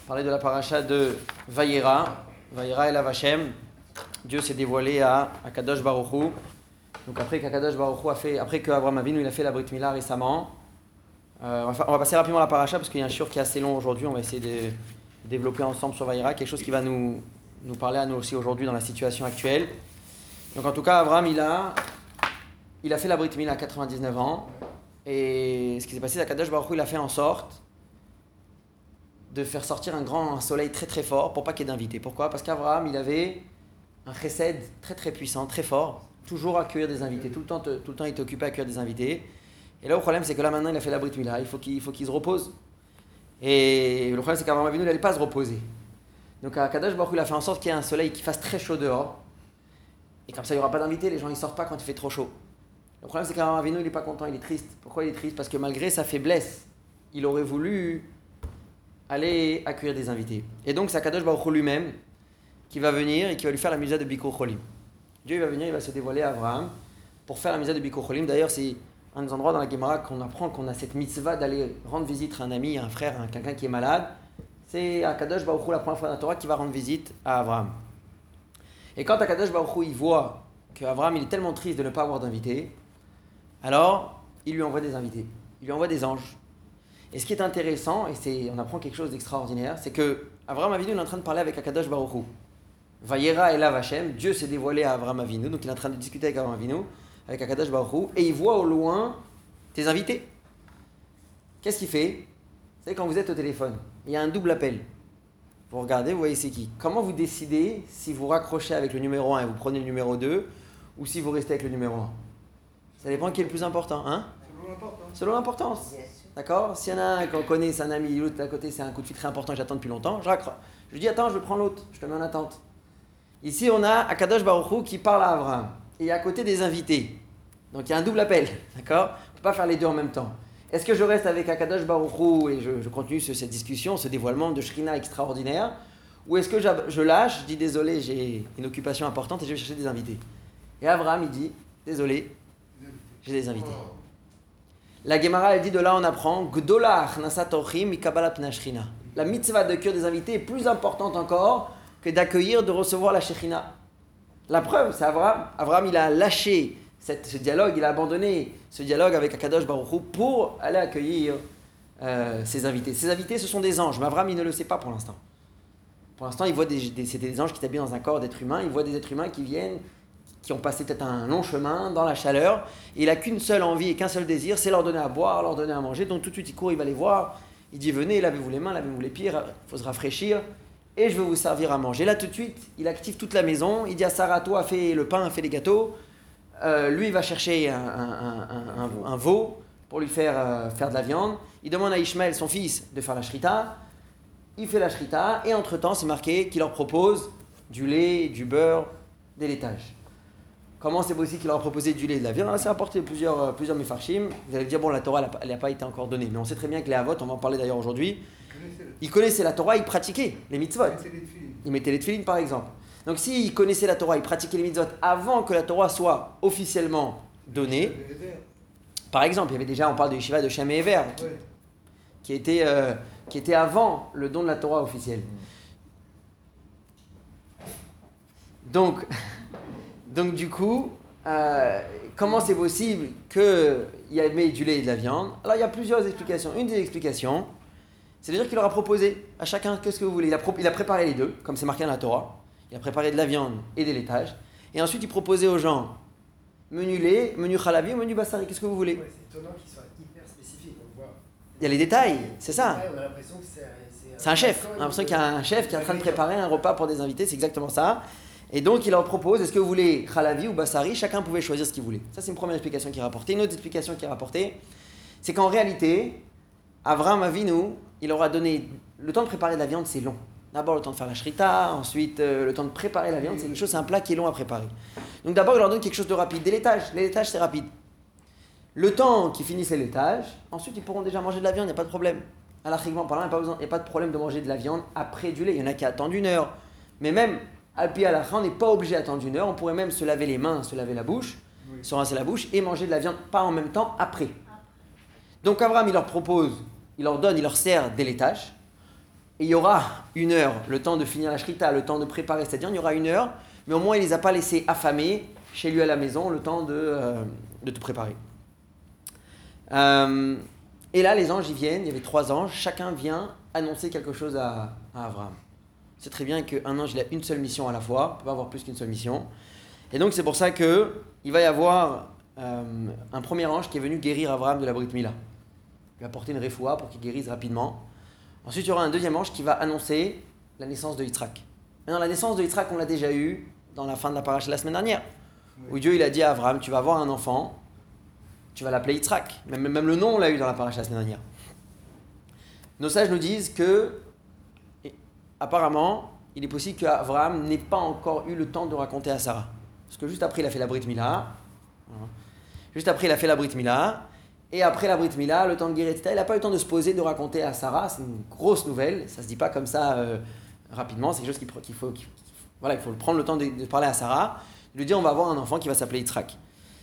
parler de la paracha de Vayera. Vayera Elav Hashem. Dieu s'est dévoilé à Kadosh Baruch Hu. Donc après qu'Akadosh Baruch Hu a fait, après qu'Abraham Avinu il a fait la Brit Mila récemment, on va passer rapidement la paracha parce qu'il y a un shiur qui est assez long aujourd'hui. On va essayer de développer ensemble sur Vayera, quelque chose qui va nous parler à nous aussi aujourd'hui dans la situation actuelle. Donc en tout cas, Abraham il a fait la Brit Mila à 99 ans. Et ce qui s'est passé, c'est qu'Akadosh Baruch Hu il a fait en sorte de faire sortir un soleil très très fort pour pas qu'il y ait d'invités. Pourquoi ? Parce qu'Abraham il avait un chesed très très puissant, très fort, toujours à accueillir des invités. Tout le temps il était occupé à accueillir des invités. Et là le problème c'est que là maintenant il a fait la Brit Mila, il faut qu'il se repose. Et le problème c'est qu'Abraham Avinu n'allait pas se reposer. Donc Akadosh Baruch Hu il a fait en sorte qu'il y ait un soleil qui fasse très chaud dehors. Et comme ça il n'y aura pas d'invités, les gens ne sortent pas quand il fait trop chaud. Le problème c'est qu'Abraham Avinu il n'est pas content, il est triste. Pourquoi il est triste ? Parce que malgré sa faiblesse, il aurait voulu aller accueillir des invités. Et donc c'est Akadosh Baruch Hu lui-même qui va venir et qui va lui faire la mitzvah de Bikur Cholim. Dieu il va venir, il va se dévoiler à Abraham pour faire la mitzvah de Bikur Cholim. D'ailleurs c'est un des endroits dans la Gemara qu'on apprend qu'on a cette mitzvah d'aller rendre visite à un ami, à un frère, à quelqu'un qui est malade. C'est Akadosh Baruch Hu la première fois dans la Torah qui va rendre visite à Abraham. Et quand Akadosh Baruch Hu il voit qu'Abraham il est tellement triste de ne pas avoir d'invités, alors il lui envoie des invités, il lui envoie des anges. Et ce qui est intéressant, et on apprend quelque chose d'extraordinaire, c'est que Abraham Avinu est en train de parler avec Akadosh Baruch Hu. Vayera Elav Hashem, Dieu s'est dévoilé à Abraham Avinu, donc il est en train de discuter avec Abraham Avinu, avec Akadosh Baruch Hu, et il voit au loin tes invités. Qu'est-ce qu'il fait ? Vous savez, quand vous êtes au téléphone, il y a un double appel. Vous regardez, vous voyez c'est qui. Comment vous décidez si vous raccrochez avec le numéro 1 et vous prenez le numéro 2, ou si vous restez avec le numéro 1 ? Ça dépend qui est le plus important, hein ? Selon l'importance. D'accord ? S'il y en a un qu'on connaît, c'est un ami, l'autre à côté, c'est un coup de fil très important que j'attends depuis longtemps, je raccroche. Je dis attends, je prends l'autre, je te mets en attente. Ici, on a Akadosh Baruch Hu qui parle à Abraham. Et à côté des invités. Donc il y a un double appel, d'accord ? On ne peut pas faire les deux en même temps. Est-ce que je reste avec Akadosh Baruch Hu et je continue cette discussion, ce dévoilement de Shrina extraordinaire ? Ou est-ce que je lâche, je dis désolé, j'ai une occupation importante et je vais chercher des invités ? Et Abraham, il dit désolé, j'ai des invités. La Gemara, elle dit de là on apprend Gdola achnasat orchim mikabbalat pnei Shrina. La mitzvah d'accueillir des invités est plus importante encore que d'accueillir, de recevoir la Shekhinah. La preuve, c'est Abraham. Abraham, il a lâché ce dialogue, il a abandonné ce dialogue avec Akadosh Baruch Hu pour aller accueillir ses invités. Ses invités, ce sont des anges, mais Abraham, il ne le sait pas pour l'instant. Pour l'instant, il voit c'est des anges qui s'habillent dans un corps d'être humain, il voit des êtres humains qui viennent, qui ont passé peut-être un long chemin dans la chaleur. Et il n'a qu'une seule envie et qu'un seul désir, c'est leur donner à boire, leur donner à manger. Donc tout de suite, il court, il va les voir. Il dit, venez, lavez-vous les mains, lavez-vous les pieds, il faut se rafraîchir. Et je vais vous servir à manger. Là, tout de suite, il active toute la maison. Il dit à Sarah, toi, fais le pain, fais les gâteaux. Lui, il va chercher un veau pour lui faire de la viande. Il demande à Ishmaël, son fils, de faire la shrita. Il fait la shrita. Et entre-temps, c'est marqué qu'il leur propose du lait, du beurre, des laitages. Comment c'est possible qu'il leur a proposé du lait et de la viande ? Là, ça a apporté plusieurs mefarshim. Vous allez dire, bon, la Torah, elle n'a pas été encore donnée. Mais on sait très bien que les Havot, on va en parler d'ailleurs aujourd'hui, ils connaissaient la Torah, ils pratiquaient les mitzvot. Ils mettaient les tefilines, par exemple. Donc, s'ils connaissaient la Torah, ils pratiquaient les mitzvot avant que la Torah soit officiellement donnée. Par exemple, il y avait déjà, on parle de Yeshiva de Shem et Ever, qui était avant le don de la Torah officielle. Donc du coup, comment c'est possible qu'il y ait du lait et de la viande ? Alors il y a plusieurs explications. Une des explications, c'est de dire qu'il leur a proposé à chacun qu'est-ce que vous voulez. Il a préparé les deux, comme c'est marqué dans la Torah. Il a préparé de la viande et des laitages. Et ensuite il proposait aux gens menu lait, menu chalavi ou menu bassari. Qu'est-ce que vous voulez ? Ouais, c'est étonnant qu'il soit hyper spécifique. On voit. Il y a les détails, c'est ça. Ouais, on a l'impression que c'est un chef. On a l'impression qu'il y a un chef qui est en train de préparer un repas pour des invités. C'est exactement ça. Et donc, il leur propose, est-ce que vous voulez chalavi ou bassari ? Chacun pouvait choisir ce qu'il voulait. Ça, c'est une première explication qui est rapportée. Une autre explication qui est rapportée, c'est qu'en réalité, Avraham Avinu, il aura donné... Le temps de préparer de la viande, c'est long. D'abord, le temps de faire la shrita, ensuite, le temps de préparer la viande, c'est un plat qui est long à préparer. Donc d'abord, il leur donne quelque chose de rapide. Des laitages. Les laitages, c'est rapide. Le temps qu'ils finissent les laitages, ensuite, ils pourront déjà manger de la viande, il n'y a pas de problème. Halachiquement parlant, il n'y a pas de problème de manger de la viande après du lait. Il y en a qui attendent 1 heure. Mais même... Alpi halakha, on n'est pas obligé d'attendre 1 heure, on pourrait même se laver les mains, se laver la bouche, se rincer la bouche et manger de la viande, pas en même temps, après. Donc Abraham, il leur propose, il leur donne, il leur sert des laitages. et il y aura 1 heure, le temps de finir la shrita, le temps de préparer, c'est-à-dire il y aura 1 heure, mais au moins il ne les a pas laissés affamés chez lui à la maison, le temps de tout préparer. Et là, les anges y viennent, il y avait 3 anges, chacun vient annoncer quelque chose à Abraham. C'est très bien qu'un ange il a une seule mission à la fois, il ne peut pas avoir plus qu'une seule mission. Et donc c'est pour ça qu'il va y avoir un premier ange qui est venu guérir Abraham de la Brit Mila. Il va apporter une refoua pour qu'il guérisse rapidement. Ensuite, il y aura un deuxième ange qui va annoncer la naissance de Yitzhak. Maintenant, la naissance de Yitzhak, on l'a déjà eue dans la fin de la paracha de la semaine dernière, où Dieu il a dit à Abraham, tu vas avoir un enfant, tu vas l'appeler Yitzhak. Même le nom, on l'a eu dans la paracha la semaine dernière. Nos sages nous disent que, apparemment, il est possible qu'Abraham n'ait pas encore eu le temps de raconter à Sarah. Parce que juste après, il a fait la Brit Mila. Et après la Brit Mila, le temps de guérir, etc., il n'a pas eu le temps de se poser, de raconter à Sarah. C'est une grosse nouvelle. Ça ne se dit pas comme ça rapidement. C'est quelque chose qu'il faut prendre le temps de parler à Sarah. De lui dire, on va avoir un enfant qui va s'appeler Yitzhak.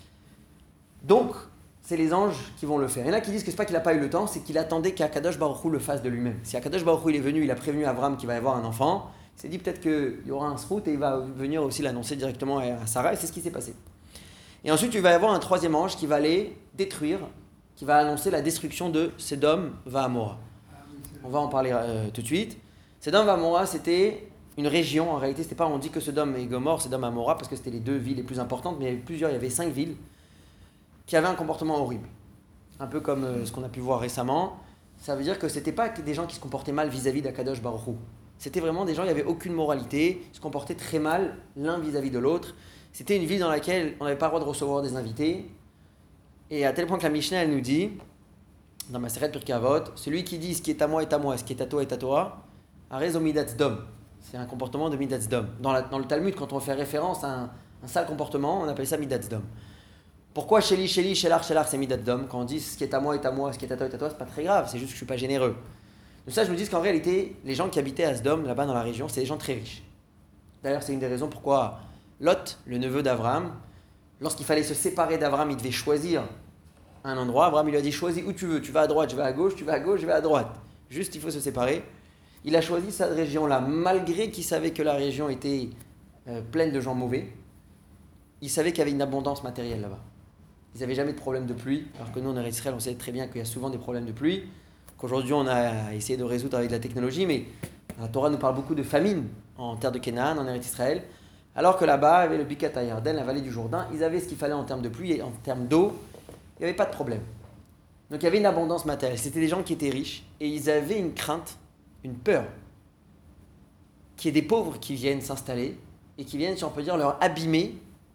Donc, c'est les anges qui vont le faire. Il y en a qui disent que ce n'est pas qu'il n'a pas eu le temps, c'est qu'il attendait qu'Akadosh Baruch Hu le fasse de lui-même. Si Akadosh Baruch Hu il est venu, il a prévenu Abraham qu'il va y avoir un enfant, il s'est dit peut-être qu'il y aura un srout et il va venir aussi l'annoncer directement à Sarah, et c'est ce qui s'est passé. Et ensuite, il va y avoir un troisième ange qui va aller détruire, qui va annoncer la destruction de Sédom Va'amora. On va en parler tout de suite. Sédom Va'amora, c'était une région, en réalité, c'était pas, on dit que Sédom et Gomorrhe, Sédom et Amora, parce que c'était les 2 villes les plus importantes, mais il y avait 5 villes qui avaient un comportement horrible. Un peu comme ce qu'on a pu voir récemment. Ça veut dire que c'était pas des gens qui se comportaient mal vis-à-vis d'Akadosh Baruch Hu. C'était vraiment des gens, il n'y avait aucune moralité, ils se comportaient très mal l'un vis-à-vis de l'autre. C'était une ville dans laquelle on n'avait pas le droit de recevoir des invités. Et à tel point que la Mishnah, elle nous dit, dans ma Maseret Pirkei Avot, celui qui dit ce qui est à moi est à moi, ce qui est à toi est à toi, Arez Midat Dom. C'est un comportement de Midat Dom. Dans le Talmud, quand on fait référence à un sale comportement, on appelle ça Midat Dom. Pourquoi Sheli, Shelar, c'est Midat Dom? Quand on dit ce qui est à moi est à moi, ce qui est à toi est à toi, c'est pas très grave, c'est juste que je suis pas généreux. Donc ça, je me dis qu'en réalité, les gens qui habitaient à Sdom, là-bas dans la région, c'est des gens très riches. D'ailleurs, c'est une des raisons pourquoi Lot, le neveu d'Abraham, lorsqu'il fallait se séparer d'Abraham, il devait choisir un endroit. Abraham il lui a dit, choisis où tu veux, tu vas à droite, je vais à gauche, tu vas à gauche, je vais à droite. Juste, il faut se séparer. Il a choisi cette région-là, malgré qu'il savait que la région était pleine de gens mauvais. Il savait qu'il y avait une abondance matérielle là-bas. Ils n'avaient jamais de problème de pluie, alors que nous, en Israël, on sait très bien qu'il y a souvent des problèmes de pluie, qu'aujourd'hui, on a essayé de résoudre avec la technologie, mais la Torah nous parle beaucoup de famine en terre de Canaan, en Eretz Israël, alors que là-bas, il y avait le Bikat HaYarden, la vallée du Jourdain, ils avaient ce qu'il fallait en termes de pluie et en termes d'eau, il n'y avait pas de problème. Donc il y avait une abondance matérielle, c'était des gens qui étaient riches, et ils avaient une crainte, une peur, qu'il y ait des pauvres qui viennent s'installer, et qui viennent, si on peut dire, leur abîmer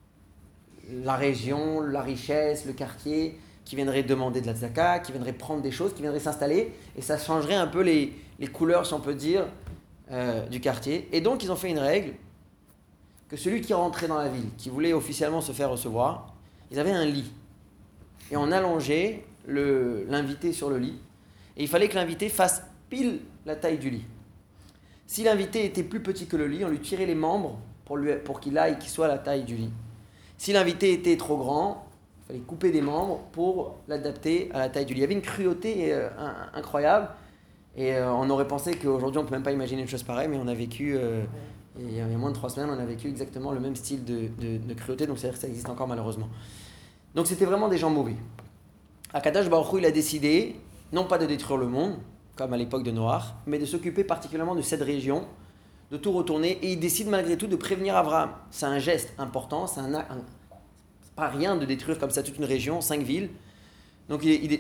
la région, la richesse, le quartier, qui viendraient demander de la tzaka, qui viendraient prendre des choses, qui viendraient s'installer, et ça changerait un peu les couleurs, si on peut dire, du quartier. Et donc, ils ont fait une règle, que celui qui rentrait dans la ville, qui voulait officiellement se faire recevoir, ils avaient un lit. Et on allongeait l'invité sur le lit, et il fallait que l'invité fasse pile la taille du lit. Si l'invité était plus petit que le lit, on lui tirait les membres pour qu'il soit à la taille du lit. Si l'invité était trop grand, il fallait couper des membres pour l'adapter à la taille du lit. Il y avait une cruauté incroyable. Et on aurait pensé qu'aujourd'hui, on ne peut même pas imaginer une chose pareille, mais on a vécu, il y a moins de 3 semaines, on a vécu exactement le même style de cruauté. Donc, c'est-à-dire que ça existe encore malheureusement. Donc, c'était vraiment des gens mauvais. Akadosh Baruch Hu, il a décidé, non pas de détruire le monde, comme à l'époque de Noach, mais de s'occuper particulièrement de cette région, de tout retourner, et il décide malgré tout de prévenir Abraham. C'est un geste important, c'est pas rien de détruire comme ça toute une région, 5 villes. Donc il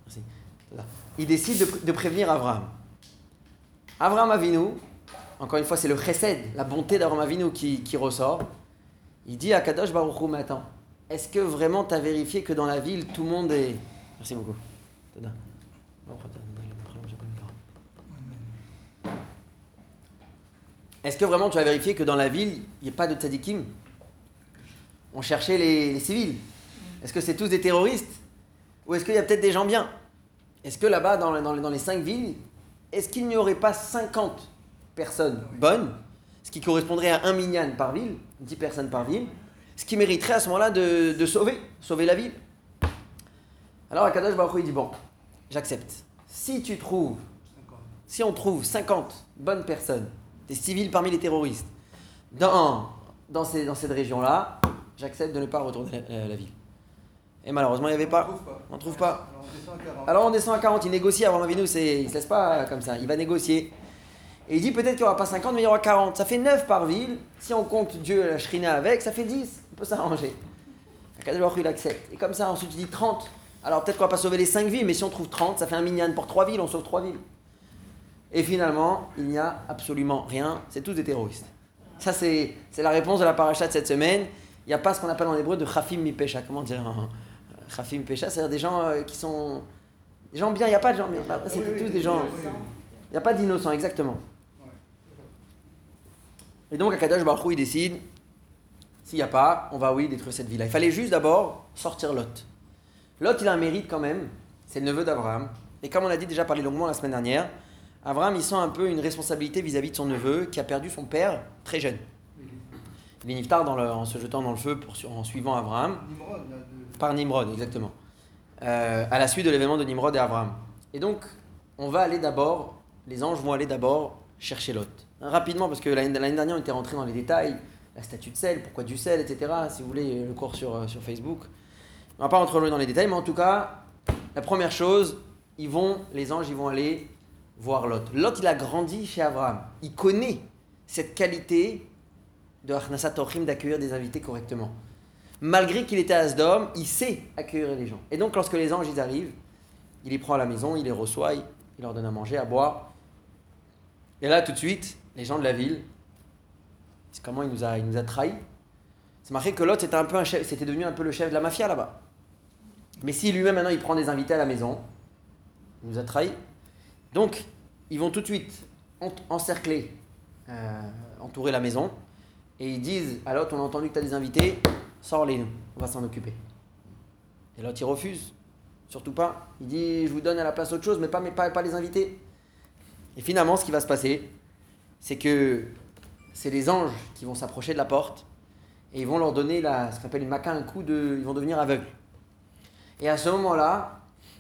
décide de prévenir Abraham. Abraham Avinu, encore une fois c'est le chesed, la bonté d'Abraham Avinu qui ressort. Il dit à Kadosh Baruch Hu, mais attends, est-ce que vraiment tu as vérifié que dans la ville tout le monde est... Merci beaucoup. Est-ce que vraiment tu as vérifié que dans la ville, il n'y a pas de tzadikim? On cherchait les civils. Est-ce que c'est tous des terroristes? Ou est-ce qu'il y a peut-être des gens bien? Est-ce que là-bas, dans les 5 villes, est-ce qu'il n'y aurait pas 50 personnes bonnes, ce qui correspondrait à 1 minyan par ville, 10 personnes par ville, ce qui mériterait à ce moment-là de sauver la ville? Alors Akadosh Baruch Hu dit, bon, j'accepte. Si tu trouves si on trouve 50 bonnes personnes, des civils parmi les terroristes, dans cette région-là, j'accepte de ne pas retourner la ville. Et malheureusement, il n'y avait pas. On ne trouve pas. Alors on descend à 40. Il négocie. Abraham Avinu, il ne se laisse pas comme ça. Il va négocier. Et il dit peut-être qu'il n'y aura pas 50, mais il y aura 40. Ça fait 9 par ville. Si on compte Dieu et la Shrina avec, ça fait 10. On peut s'arranger. Akadosh Baruch Hu, il accepte. Et comme ça, ensuite, il dit 30. Alors peut-être qu'on ne va pas sauver les 5 villes, mais si on trouve 30, ça fait un minyan pour 3 villes. On sauve 3 villes. Et finalement, il n'y a absolument rien. C'est tous des terroristes. Ça, c'est la réponse de la paracha de cette semaine. Il n'y a pas ce qu'on appelle en hébreu de chafim mi pesha. Comment dire chafim pesha, c'est-à-dire des gens qui sont des gens bien. Il n'y a pas de gens bien. C'est tous des gens. Il n'y a pas d'innocents, exactement. Et donc, Akadosh Baruch Hu, il décide, s'il n'y a pas, on va, détruire cette ville-là. Il fallait juste d'abord sortir Lot. Lot, il a un mérite quand même. C'est le neveu d'Abraham. Et comme on a dit déjà parlé longuement la semaine dernière, Abraham, il sent un peu une responsabilité vis-à-vis de son neveu qui a perdu son père très jeune. Il est niftar en se jetant dans le feu en suivant Abraham. Par Nimrod, exactement. À la suite de l'événement de Nimrod et Abraham. Et donc, les anges vont aller d'abord chercher Lot. Rapidement, parce que l'année dernière, on était rentré dans les détails, la statue de sel, pourquoi du sel, etc. Si vous voulez, le cours sur Facebook. On ne va pas rentrer dans les détails, mais en tout cas, la première chose, les anges vont aller voir Lot. Lot, il a grandi chez Abraham. Il connaît cette qualité de Achnasat Orchim, d'accueillir des invités correctement. Malgré qu'il était à Sodome, il sait accueillir les gens. Et donc, lorsque les anges arrivent, il les prend à la maison, il les reçoit, il leur donne à manger, à boire. Et là, tout de suite, les gens de la ville, c'est comment il nous a trahis. C'est marqué que Lot c'était devenu un peu le chef de la mafia là-bas. Mais si lui-même maintenant il prend des invités à la maison, il nous a trahis. Donc, ils vont tout de suite encercler, entourer la maison. Et ils disent à Lot, on a entendu que tu as des invités, sors-les nous, on va s'en occuper. Et Lot, il refuse, surtout pas. Il dit, je vous donne à la place autre chose, mais pas les invités. Et finalement, ce qui va se passer, c'est que c'est les anges qui vont s'approcher de la porte et ils vont leur donner ce qu'on appelle une maca, ils vont devenir aveugles. Et à ce moment-là,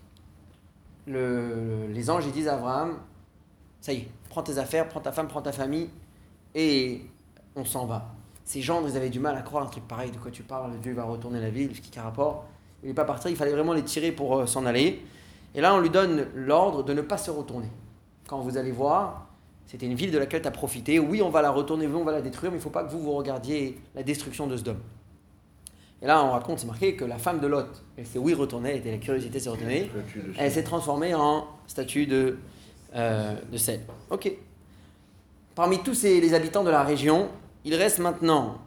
les anges ils disent à Abraham, ça y est, prends tes affaires, prends ta femme, prends ta famille et on s'en va. Ces gens, ils avaient du mal à croire un truc pareil, de quoi tu parles, Dieu va retourner la ville, ce qui a rapport. Il n'est pas parti, il fallait vraiment les tirer pour s'en aller. Et là, on lui donne l'ordre de ne pas se retourner. Quand vous allez voir, c'était une ville de laquelle tu as profité. Oui, on va la retourner, oui, on va la détruire, mais il ne faut pas que vous regardiez la destruction de Sodome. Et là, on raconte, c'est marqué que la femme de Lot, elle s'est retournée, elle était la curiosité s'est retournée, elle s'est transformée en statue de sel. Ok. Parmi tous les habitants de la région, il reste maintenant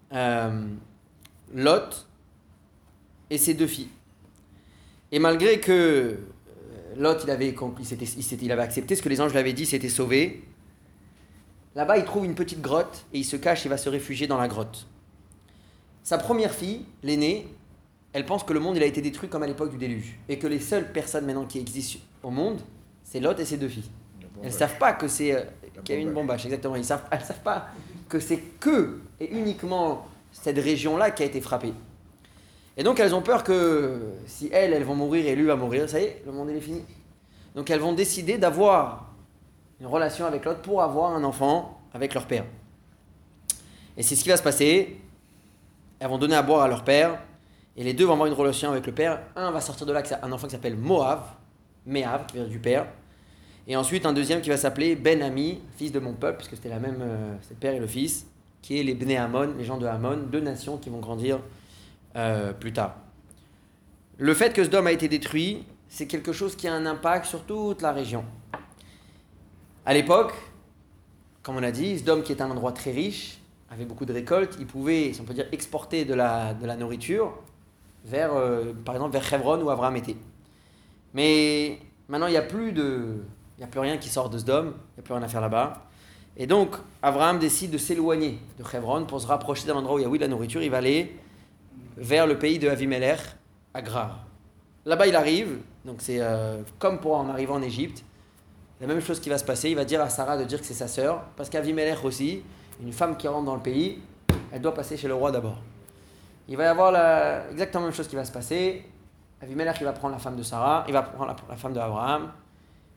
Lot et ses 2 filles. Et malgré que Lot, il avait accepté ce que les anges lui avaient dit, s'était sauvé. Là-bas, il trouve une petite grotte et il se cache et va se réfugier dans la grotte. Sa première fille, l'aînée, elle pense que le monde il a été détruit comme à l'époque du déluge et que les seules personnes maintenant qui existent au monde, c'est Lot et ses 2 filles. Elles ne savent pas que qu'il y a eu une bombache, exactement. Elles ne savent pas que c'est que et uniquement cette région-là qui a été frappée. Et donc elles ont peur que si elles vont mourir et lui va mourir, ça y est, le monde il est fini. Donc elles vont décider d'avoir une relation avec l'autre pour avoir un enfant avec leur père. Et c'est ce qui va se passer. Elles vont donner à boire à leur père et les 2 vont avoir une relation avec le père. Un va sortir de là, un enfant qui s'appelle Méav, qui vient du père. Et ensuite un deuxième qui va s'appeler Ben-Ami, fils de mon peuple, parce que c'était c'est le père et le fils, qui est les Bnei Ammon, les gens de Ammon, 2 nations qui vont grandir plus tard. Le fait que Sodome a été détruit, c'est quelque chose qui a un impact sur toute la région. À l'époque, comme on a dit, Sodome qui est un endroit très riche, avait beaucoup de récoltes, il pouvait, si on peut dire, exporter de la nourriture par exemple vers Hebron où Abraham était. Mais maintenant, il n'y a plus rien qui sort de Sodome, il n'y a plus rien à faire là-bas. Et donc, Abraham décide de s'éloigner de Hebron pour se rapprocher d'un endroit où il y a de la nourriture. Il va aller vers le pays de Avimelech, à Grar. Là-bas, il arrive, donc c'est comme pour en arrivant en Égypte. La même chose qui va se passer, il va dire à Sarah de dire que c'est sa sœur, parce qu'Avimelech aussi, une femme qui rentre dans le pays, elle doit passer chez le roi d'abord. Il va y avoir exactement la même chose qui va se passer. Avimelech, il va prendre la femme de Sarah, il va prendre la femme d'Abraham,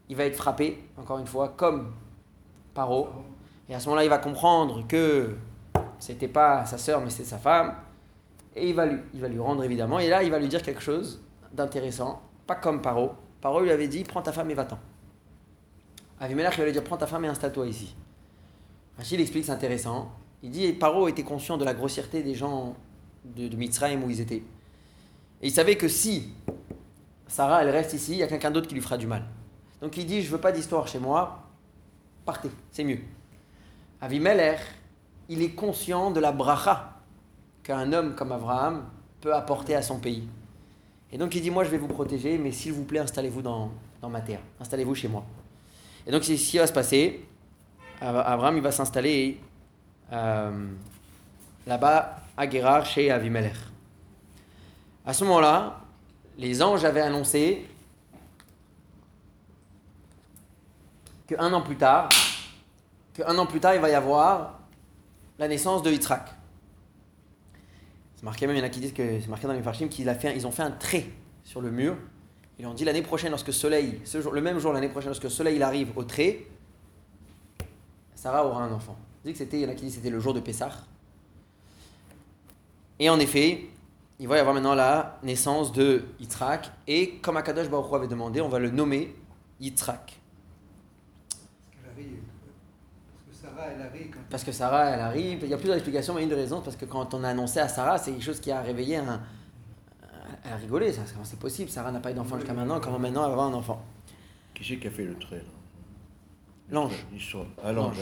il va être frappé, encore une fois, comme Paro. Et à ce moment-là, il va comprendre que c'était pas sa sœur, mais c'est sa femme. Et il va lui rendre évidemment. Et là, il va lui dire quelque chose d'intéressant, pas comme Paro. Paro lui avait dit, prends ta femme et va-t'en. Avimelech il va lui dire, prends ta femme et installe-toi ici. Rachid explique, c'est intéressant. Il dit, Paro était conscient de la grossièreté des gens de Mitzrayim où ils étaient. Et il savait que si Sarah, elle reste ici, il y a quelqu'un d'autre qui lui fera du mal. Donc il dit, je veux pas d'histoire chez moi, partez, c'est mieux. Avimelech, il est conscient de la bracha qu'un homme comme Abraham peut apporter à son pays. Et donc il dit, moi je vais vous protéger, mais s'il vous plaît, installez-vous dans ma terre, installez-vous chez moi. Et donc c'est ce qui va se passer. Abraham, il va s'installer là-bas à Guérar, chez Avimelech. À ce moment-là, les anges avaient annoncé qu'un an plus tard, il va y avoir la naissance de Yitzhak. C'est marqué même, il y en a qui disent que c'est marqué dans les Farshim qu'ils ont fait un trait sur le mur. Ils ont dit l'année prochaine, lorsque le même jour l'année prochaine, lorsque le soleil il arrive au trait, Sarah aura un enfant. Il y en a qui disent que c'était le jour de Pessah. Et en effet, il va y avoir maintenant la naissance de Yitzhak. Et comme Akadosh Baruch Hu avait demandé, on va le nommer Yitzhak. Parce que Sarah, elle arrive. Il y a plusieurs explications, mais une des raisons, parce que quand on a annoncé à Sarah, c'est quelque chose qui a réveillé elle a rigolé. Comment c'est possible? Sarah n'a pas eu d'enfant jusqu'à maintenant. Comment maintenant elle va avoir un enfant? Qui c'est qui a fait le trait là? L'ange. L'ange.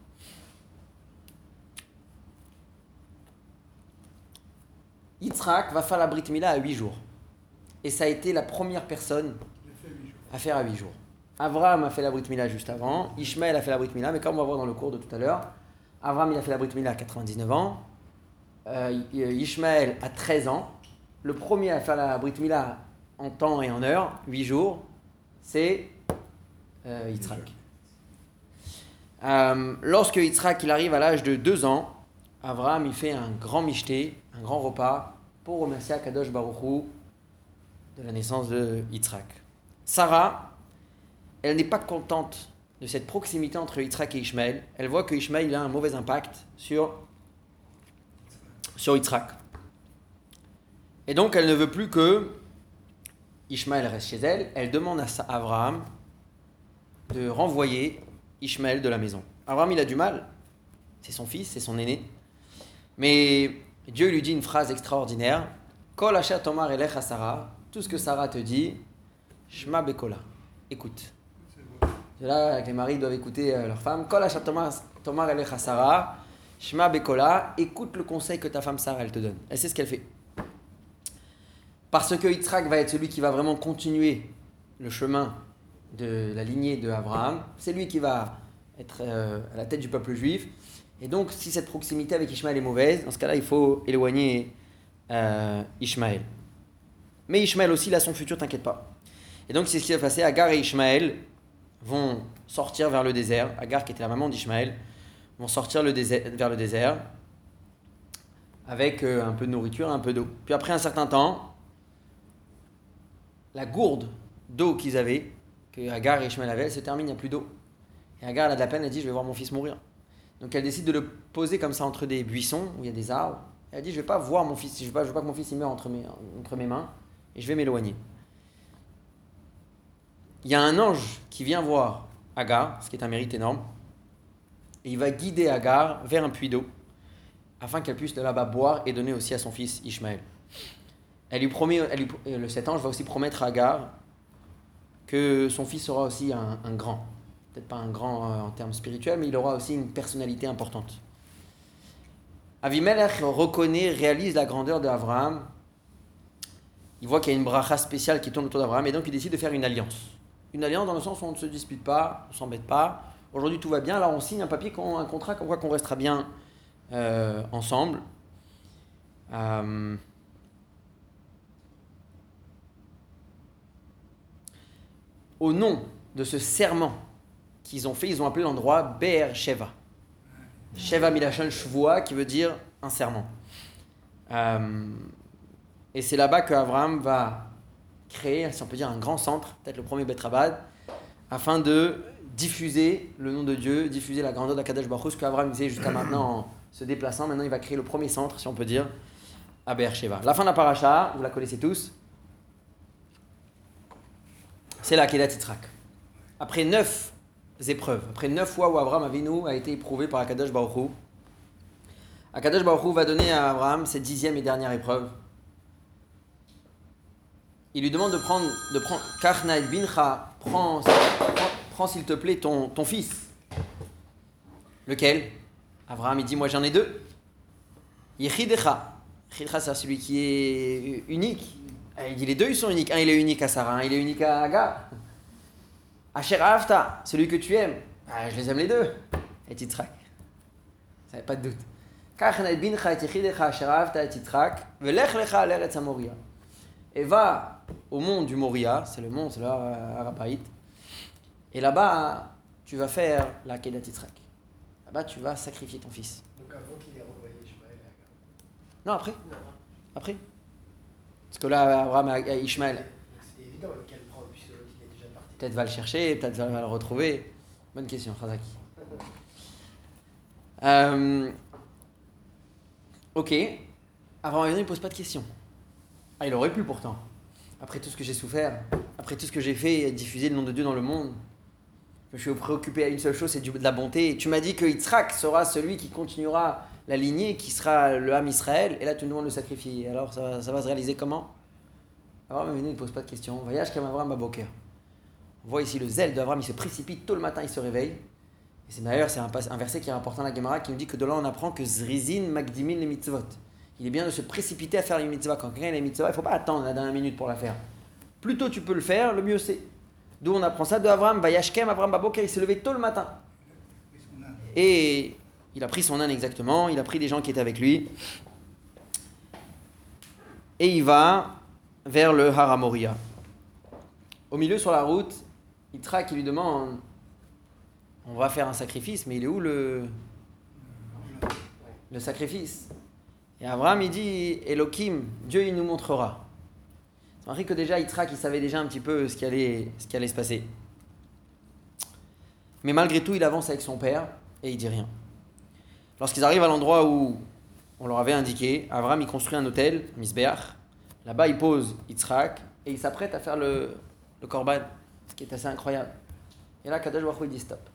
Yitzhak va faire la Brit Mila à 8 jours. Et ça a été la première personne à faire à 8 jours. Avraham a fait la Brit Mila juste avant. Ishmaël a fait la Brit Mila, mais comme on va voir dans le cours de tout à l'heure, Avraham il a fait la Brit Mila à 99 ans. Ishmaël à 13 ans. Le premier à faire la Brit Mila en temps et en heure, 8 jours, c'est Yitzhak. Lorsque Yitzhak il arrive à l'âge de 2 ans, Avraham il fait un grand michté, un grand repas pour remercier Akadosh Baruch Hu de la naissance de Yitzhak. Sarah, elle n'est pas contente de cette proximité entre Yitzhak et Ishmaël. Elle voit que Ishmaël a un mauvais impact sur Yitzhak. Et donc elle ne veut plus que Ishmaël reste chez elle. Elle demande à Avraham de renvoyer Ishmaël de la maison. Avraham il a du mal, c'est son fils, c'est son aîné. Mais Dieu lui dit une phrase extraordinaire. Kol asher tomar elecha Sarah, tout ce que Sarah te dit, shma bekola, écoute. C'est là que les maris doivent écouter leur femme. Kol asher tomar elecha Sarah, shma bekola, écoute le conseil que ta femme Sarah elle te donne. Elle sait ce qu'elle fait. Parce que Yitzhak va être celui qui va vraiment continuer le chemin de la lignée de Abraham. C'est lui qui va être à la tête du peuple juif. Et donc, si cette proximité avec Ishmaël est mauvaise, dans ce cas-là, il faut éloigner Ishmaël. Mais Ishmaël aussi, il a son futur, t'inquiète pas. Et donc, c'est ce qui va passer. Agar et Ishmaël vont sortir vers le désert. Agar, qui était la maman d'Ishmaël, vont sortir vers le désert avec un peu de nourriture, un peu d'eau. Puis après un certain temps, la gourde d'eau qu'ils avaient, que Agar et Ishmaël avaient, elle se termine, il n'y a plus d'eau. Et Agar, elle a de la peine, elle dit, je vais voir mon fils mourir. Donc elle décide de le poser comme ça entre des buissons où il y a des arbres. Elle dit, je ne vais pas voir mon fils, je veux pas que mon fils il meure entre mes mains, et je vais m'éloigner. Il y a un ange qui vient voir Agar, ce qui est un mérite énorme, et il va guider Agar vers un puits d'eau, afin qu'elle puisse de là-bas boire et donner aussi à son fils Ishmaël. Cet ange va aussi promettre à Agar que son fils sera aussi un grand. Peut-être pas un grand en termes spirituels, mais il aura aussi une personnalité importante. Avimelech réalise la grandeur d'Abraham. Il voit qu'il y a une bracha spéciale qui tourne autour d'Abraham, et donc il décide de faire une alliance. Une alliance dans le sens où on ne se dispute pas, on ne s'embête pas. Aujourd'hui tout va bien, alors on signe un papier, un contrat, comme quoi qu'on restera bien ensemble. Au nom de ce serment qu'ils ont fait, ils ont appelé l'endroit Be'er Sheva. Sheva Milachon Shvoa, qui veut dire un serment. Et c'est là-bas qu'Abraham va créer, si on peut dire, un grand centre, peut-être le premier Bet Rabad, afin de diffuser le nom de Dieu, diffuser la grandeur d'Akadosh Baruch Hu, ce qu'Abraham disait jusqu'à maintenant en se déplaçant. Maintenant, il va créer le premier centre, si on peut dire, à Be'er-Sheva. La fin de la paracha, vous la connaissez tous, c'est la Akedat Yitzhak. Après 9 épreuves, après 9 fois où Abraham Avinu a été éprouvé par Akadosh Baruch Hu, Akadosh Baruch Hu va donner à Abraham cette 10e et dernière épreuve. Il lui demande de prendre Kachna et Bincha, prends s'il te plaît ton fils. Lequel? Abraham il dit, moi j'en ai 2. Yechidecha. Yechidecha c'est celui qui est unique. Il dit les 2 ils sont uniques. Un il est unique à Sarah, un il est unique à Agar. Asher Ahavta, celui que tu aimes. Je les aime les 2. Et Yitzhak. Ça n'y a pas de doute. Kachna et Bincha et Yechidecha Asher Ahavta et Yitzhak. Velech lecha al eretz Moria. Et va au mont du Moria, c'est le mont, c'est l'Arabaït. Et là-bas, tu vas faire la Akedat Yitzhak. Là-bas, tu vas sacrifier ton fils. Donc avant qu'il ait renvoyé Ishmaël à Agar. Non, après. Non. Après. Parce que là, Abraham a Ishmael. Donc c'était évident lequel prendre puisqu'il est déjà parti. Peut-être va le chercher, peut-être va le retrouver. Bonne question, Khazaki. Ok. Abraham il ne pose pas de questions. Il aurait pu pourtant. Après tout ce que j'ai souffert, après tout ce que j'ai fait, diffuser le nom de Dieu dans le monde, je me suis préoccupé à une seule chose, c'est de la bonté. Tu m'as dit que Yitzhak sera celui qui continuera la lignée, qui sera le Ham Israël, et là tu me demandes de le sacrifier. Alors ça va se réaliser comment? Abraham ne pose pas de questions. Voyage comme Abraham Baboker. On voit ici le zèle d'Abraham, il se précipite tôt le matin, il se réveille. Et c'est d'ailleurs un verset qui est important dans la Gemara qui nous dit que de là on apprend que Zrizin Magdimin les mitzvot. Il est bien de se précipiter à faire les mitzvahs. Quand quelqu'un a les mitzvahs, il ne faut pas attendre la dernière minute pour la faire. Plus tôt tu peux le faire, le mieux c'est. D'où on apprend ça de Abraham, Vayashkem, Abraham Baboker, il s'est levé tôt le matin. Et il a pris son âne exactement, il a pris des gens qui étaient avec lui. Et il va vers le Haramoria. Au milieu sur la route, Yitzhak lui demande, on va faire un sacrifice, mais il est où le sacrifice? Et Abraham il dit, Elohim, Dieu il nous montrera. C'est vrai que déjà Yitzhak il savait déjà un petit peu ce qui allait se passer. Mais malgré tout il avance avec son père et il dit rien. Lorsqu'ils arrivent à l'endroit où on leur avait indiqué, Abraham il construit un hôtel, Misbeach. Là-bas il pose Yitzhak et il s'apprête à faire le korban, ce qui est assez incroyable. Et là Kadosh Baruch Hu il dit stop.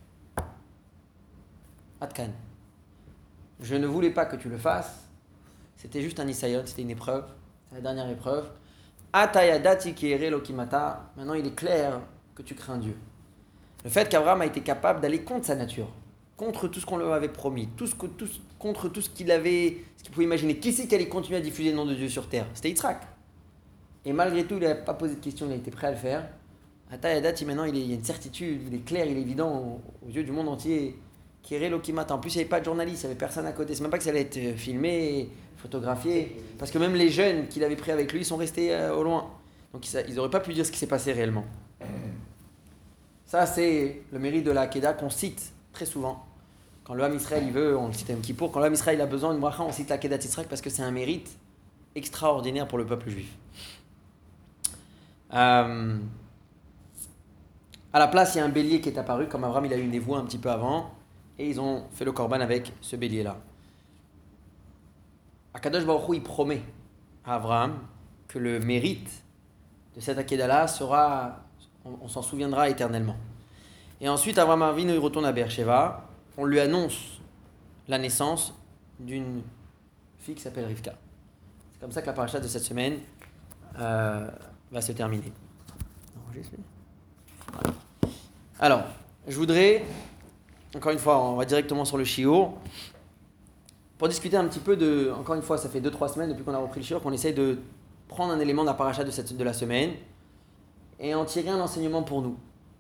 Atkan. Je ne voulais pas que tu le fasses. C'était juste un isayon, c'était une épreuve. C'est la dernière épreuve. Atayadati kiere lokimata. Maintenant, il est clair que tu crains Dieu. Le fait qu'Abraham a été capable d'aller contre sa nature, contre tout ce qu'on lui avait promis, contre tout ce qu'il pouvait imaginer. Qui c'est qui allait continuer à diffuser le nom de Dieu sur terre? C'était Yitzhak. Et malgré tout, il n'a pas posé de questions, il a été prêt à le faire. Atayadati, maintenant, il y a une certitude, il est clair, il est évident aux yeux du monde entier. Kiere lokimata. En plus, il n'y avait pas de journaliste, il n'y avait personne à côté. C'est même pas que ça allait être filmé, photographié, parce que même les jeunes qu'il avait pris avec lui sont restés au loin. Donc ils n'auraient pas pu dire ce qui s'est passé réellement. Ça, c'est le mérite de la Akedah qu'on cite très souvent. Quand le Ham Israël il veut, on le cite à Yom Kippour, quand le Ham Israël a besoin d'une bracha, on cite la Akedat Yitzhak parce que c'est un mérite extraordinaire pour le peuple juif. À la place, il y a un bélier qui est apparu, comme Abraham il a eu une névoie un petit peu avant, et ils ont fait le korban avec ce bélier-là. Akadosh Baruch Hu, il promet à Abraham que le mérite de cette Akedah-là sera, on s'en souviendra éternellement. Et ensuite, Abraham Avinu, il retourne à Be'er-Sheva, on lui annonce la naissance d'une fille qui s'appelle Rivka. C'est comme ça que la paracha de cette semaine va se terminer. Alors, je voudrais, encore une fois, on va directement sur le shiur, pour discuter un petit peu de, encore une fois, ça fait 2-3 semaines depuis qu'on a repris le shiur, qu'on essaye de prendre un élément de la paracha de la semaine et en tirer un enseignement pour nous.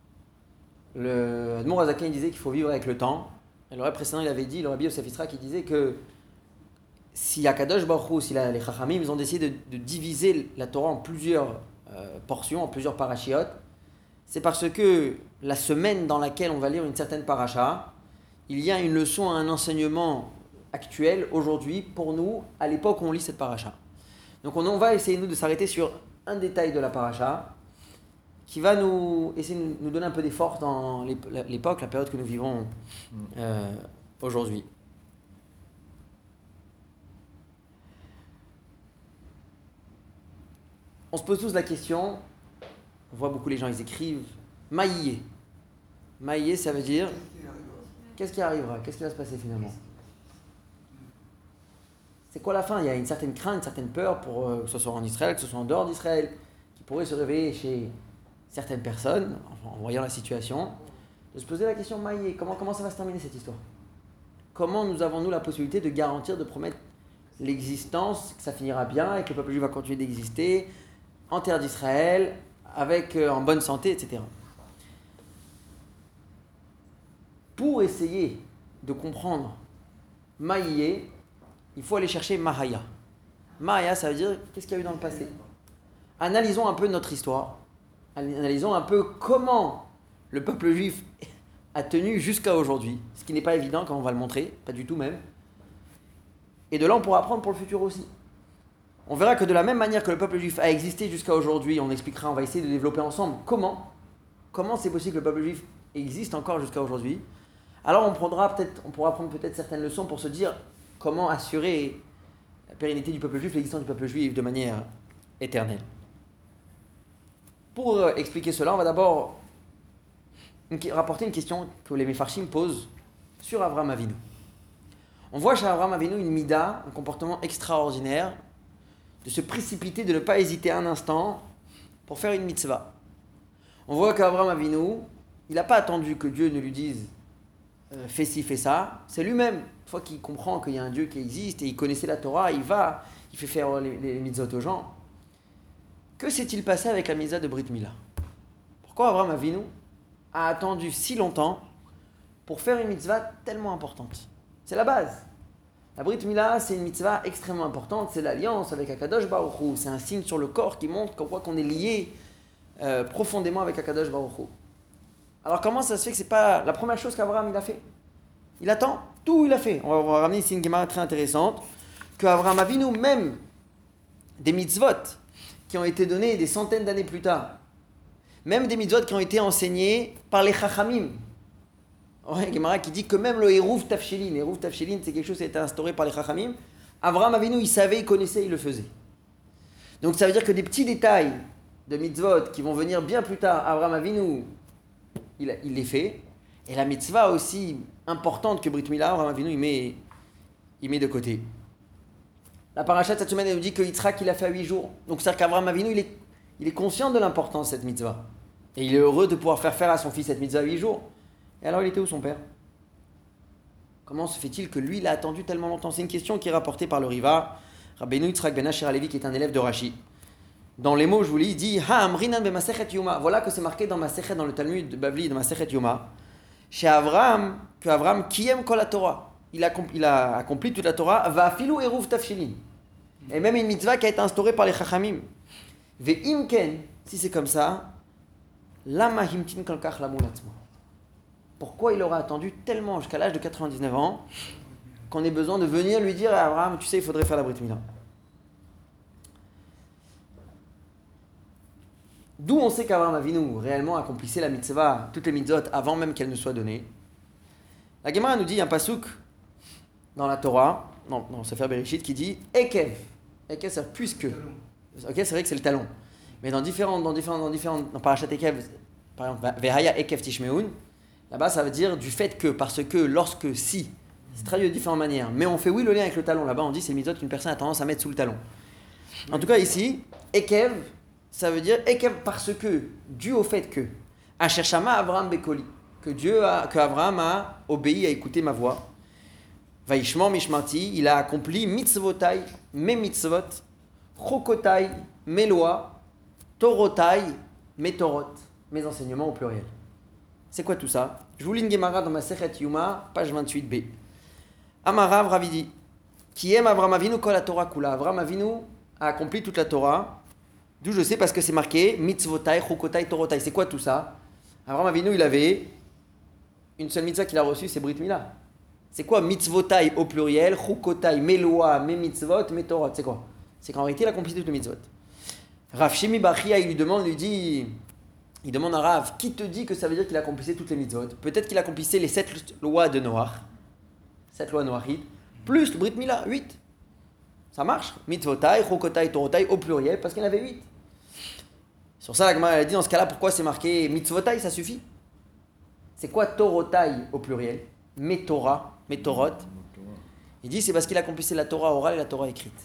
Le Admour Hazaken disait qu'il faut vivre avec le temps. Et le rêve précédent, il avait dit, le Rabbi Yosef Yitzhak, qui disait que si Akadosh Baruch Hu, si les Chachamim, ils ont décidé de diviser la Torah en plusieurs portions, en plusieurs parachiotes, c'est parce que la semaine dans laquelle on va lire une certaine paracha, il y a une leçon, un enseignement actuel, aujourd'hui, pour nous, à l'époque où on lit cette paracha. Donc on va essayer, nous, de s'arrêter sur un détail de la paracha, qui va nous essayer de nous donner un peu des forces dans l'époque, la période que nous vivons aujourd'hui. On se pose tous la question, on voit beaucoup les gens, ils écrivent Maïe. Maïe, ça veut dire qu'est-ce qui arrivera? Qu'est-ce qui va se passer finalement? C'est quoi la fin? Il y a une certaine crainte, une certaine peur, pour que ce soit en Israël, que ce soit en dehors d'Israël, qui pourrait se réveiller chez certaines personnes, en voyant la situation, de se poser la question Maïe, comment ça va se terminer cette histoire? Comment nous avons-nous la possibilité de garantir, de promettre l'existence, que ça finira bien et que le peuple juif va continuer d'exister en terre d'Israël, en bonne santé, etc. Pour essayer de comprendre Maïe, il faut aller chercher Mahaya. Mahaya, ça veut dire qu'est-ce qu'il y a eu dans le passé. Analysons un peu notre histoire. Analysons un peu comment le peuple juif a tenu jusqu'à aujourd'hui. Ce qui n'est pas évident, comme on va le montrer, pas du tout même. Et de là, on pourra apprendre pour le futur aussi. On verra que de la même manière que le peuple juif a existé jusqu'à aujourd'hui, on expliquera, on va essayer de développer ensemble comment c'est possible que le peuple juif existe encore jusqu'à aujourd'hui. Alors on pourra prendre peut-être certaines leçons pour se dire comment assurer la pérennité du peuple juif, l'existence du peuple juif de manière éternelle. Pour expliquer cela, on va d'abord rapporter une question que les Mefarshim posent sur Avraham Avinu. On voit chez Avraham Avinu une mida, un comportement extraordinaire, de se précipiter, de ne pas hésiter un instant pour faire une mitzvah. On voit qu'Avraham Avinu, il n'a pas attendu que Dieu ne lui dise fais ci, fais ça. C'est lui-même, une fois qu'il comprend qu'il y a un Dieu qui existe et il connaissait la Torah, il fait faire les mitzvot aux gens. Que s'est-il passé avec la mitzvah de Brit Mila? Pourquoi Avraham Avinu a attendu si longtemps pour faire une mitzvah tellement importante? C'est la base. La Brit Mila, c'est une mitzvah extrêmement importante, c'est l'alliance avec Akadosh Baruch Hu, c'est un signe sur le corps qui montre qu'on est lié profondément avec Akadosh Baruch Hu. Alors comment ça se fait que c'est pas la première chose qu'Abraham il a fait? Il attend, tout il a fait. On va ramener ici une gemara très intéressante, qu'Avraham Avinu, même des mitzvot qui ont été donnés des centaines d'années plus tard, même des mitzvot qui ont été enseignés par les chachamim. Ouais, Gemara qui dit que même le Hérouv Tafshilin, c'est quelque chose qui a été instauré par les Chachamim. Avraham Avinu, il savait, il connaissait, il le faisait. Donc ça veut dire que des petits détails de mitzvot qui vont venir bien plus tard, Avraham Avinu, il les fait. Et la mitzvah aussi importante que Brit Mila, Avraham Avinu, il met de côté. La paracha de cette semaine, elle nous dit que Yitzhak, il a fait à 8 jours. Donc c'est-à-dire qu'Avraham Avinu, il est conscient de l'importance de cette mitzvah. Et il est heureux de pouvoir faire à son fils cette mitzvah à 8 jours. Et alors, il était où son père? Comment se fait-il que lui, il a attendu tellement longtemps? C'est une question qui est rapportée par le Riva, Rabbeinu Yitzhak ben Asher Halevi, qui est un élève de Rashi. Dans les mots, je vous lis, il dit Ha amrinan be Masechet Yoma. Voilà que c'est marqué dans Masechet, dans le Talmud de Bavli, de Masechet Yoma. Chez Avraham, que Avraham, qui aime kol la Torah, il a accompli toute la Torah, va filou eruv tafshilin. Et même une mitzvah qui a été instaurée par les Chachamim. Ve imken, si c'est comme ça, lama himtin kolkach lamulatzmo. Pourquoi il aura attendu tellement jusqu'à l'âge de 99 ans qu'on ait besoin de venir lui dire à Abraham, tu sais, il faudrait faire la Brit Mila. D'où on sait qu'Abraham Avinu réellement accomplissait la mitzvah, toutes les mitzvot, avant même qu'elle ne soit donnée. La Gemara nous dit un pasuk dans la Torah, dans Sefer Bereshit, qui dit Ekev. Ekev, c'est puisque. Ok, c'est vrai que c'est le talon. Mais dans Parashat Ekev, par exemple, Vehaya Ekev Tishmeun, là-bas, ça veut dire du fait que, parce que, lorsque, si. C'est traduit de différentes manières. Mais on fait oui le lien avec le talon. Là-bas, on dit c'est le mitzvot qu'une personne a tendance à mettre sous le talon. En tout cas, ici, Ekev, ça veut dire Ekev parce que, dû au fait que, Ashershama Avraham Bekoli, que Avraham a obéi, a écouté ma voix. Vaishman Mishmati, il a accompli mitzvotai, mes mitzvot, chokotai, mes lois, torotai, mes torot, mes enseignements au pluriel. C'est quoi tout ça? Je vous lis une Gemara dans ma Sechet Yuma, page 28b. Amarav Ravidi, qui aime Avraham Avinu kol la Torah kula. Avraham Avinu a accompli toute la Torah. D'où je sais parce que c'est marqué mitzvotai, chukotai, torotai. C'est quoi tout ça? Avraham Avinu, il avait une seule mitzvah qu'il a reçue, c'est Brit Mila. C'est quoi mitzvotai au pluriel, chukotai, mes lois, mes mitzvot, mes torot? C'est quoi? C'est qu'en réalité, il a accompli toutes les mitzvot. Rav Shimi Bachia, il lui demande, lui dit il demande à Rav, qui te dit que ça veut dire qu'il accomplissait toutes les mitzvot? Peut-être qu'il accomplissait les 7 lois de Noach, 7 lois noachides, plus le Brit Mila, 8. Ça marche. Mitzvotai, chokotai, torotai au pluriel, parce qu'il y en avait 8. Sur ça, la Gemara a dit, dans ce cas-là, pourquoi c'est marqué mitzvotai, ça suffit? C'est quoi torotai au pluriel? Metorah, metorot. Il dit, c'est parce qu'il accomplissait la Torah orale et la Torah écrite.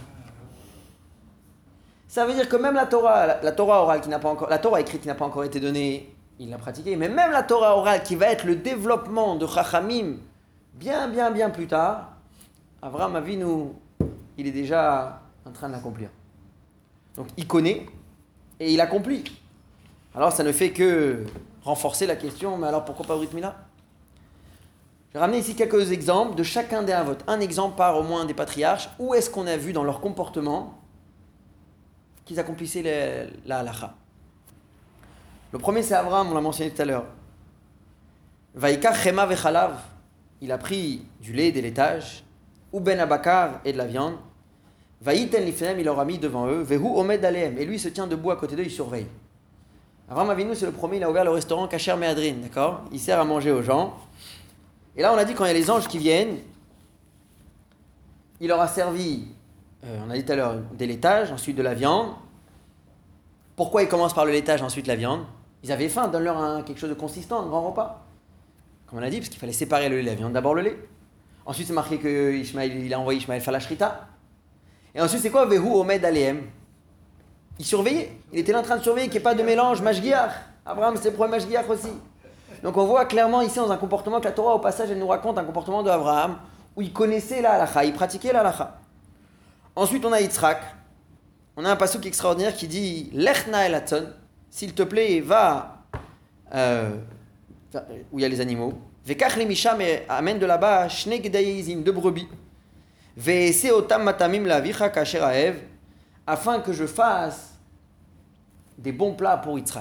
Ça veut dire que même la Torah orale qui n'a pas encore, la Torah écrite qui n'a pas encore été donnée, il l'a pratiquée. Mais même la Torah orale qui va être le développement de Chachamim bien plus tard, Avraham Avinu, il est déjà en train de l'accomplir. Donc il connaît et il accomplit. Alors ça ne fait que renforcer la question, mais alors pourquoi pas Brit Mila? J'ai ramené ici quelques exemples de chacun des avot. Un exemple par au moins des patriarches. Où est-ce qu'on a vu dans leur comportement qu'ils accomplissaient la halacha? Le premier c'est Abraham, on l'a mentionné tout à l'heure. Vaikach chema vechalav, il a pris du lait, des laitages, ou ben abakar et de la viande. Vaïten lifnem, il leur a mis devant eux. Vehu omed aleem, et lui il se tient debout à côté d'eux, il surveille. Avraham Avinu c'est le premier, il a ouvert le restaurant Kasher Mehadrin, d'accord? Il sert à manger aux gens. Et là on a dit quand il y a les anges qui viennent, il leur a servi, on a dit tout à l'heure, des laitages, ensuite de la viande. Pourquoi il commence par le laitage, ensuite la viande? Ils avaient faim, donne-leur quelque chose de consistant, un grand repas. Comme on a dit, parce qu'il fallait séparer le lait et la viande, d'abord le lait. Ensuite c'est marqué qu'il a envoyé Ishmaël faire la shrita. Et ensuite c'est quoi? Vehu omed aleem. Il surveillait, il était là en train de surveiller qu'il n'y ait pas de mélange mashgiach. Abraham c'est le premier mashgiach aussi. Donc on voit clairement ici dans un comportement que la Torah au passage elle nous raconte un comportement de Abraham où il connaissait la halacha, il pratiquait la halacha. Ensuite on a Yitzhak, on a un pasuk extraordinaire qui dit Lechna el hatzon, s'il te plaît va où il y a les animaux, Vekach le misham et amène de là-bas shne gedaïzim, 2 brebis, Ve'ese otam matamim lavicha kasher aev, afin que je fasse des bons plats pour Yitzhak.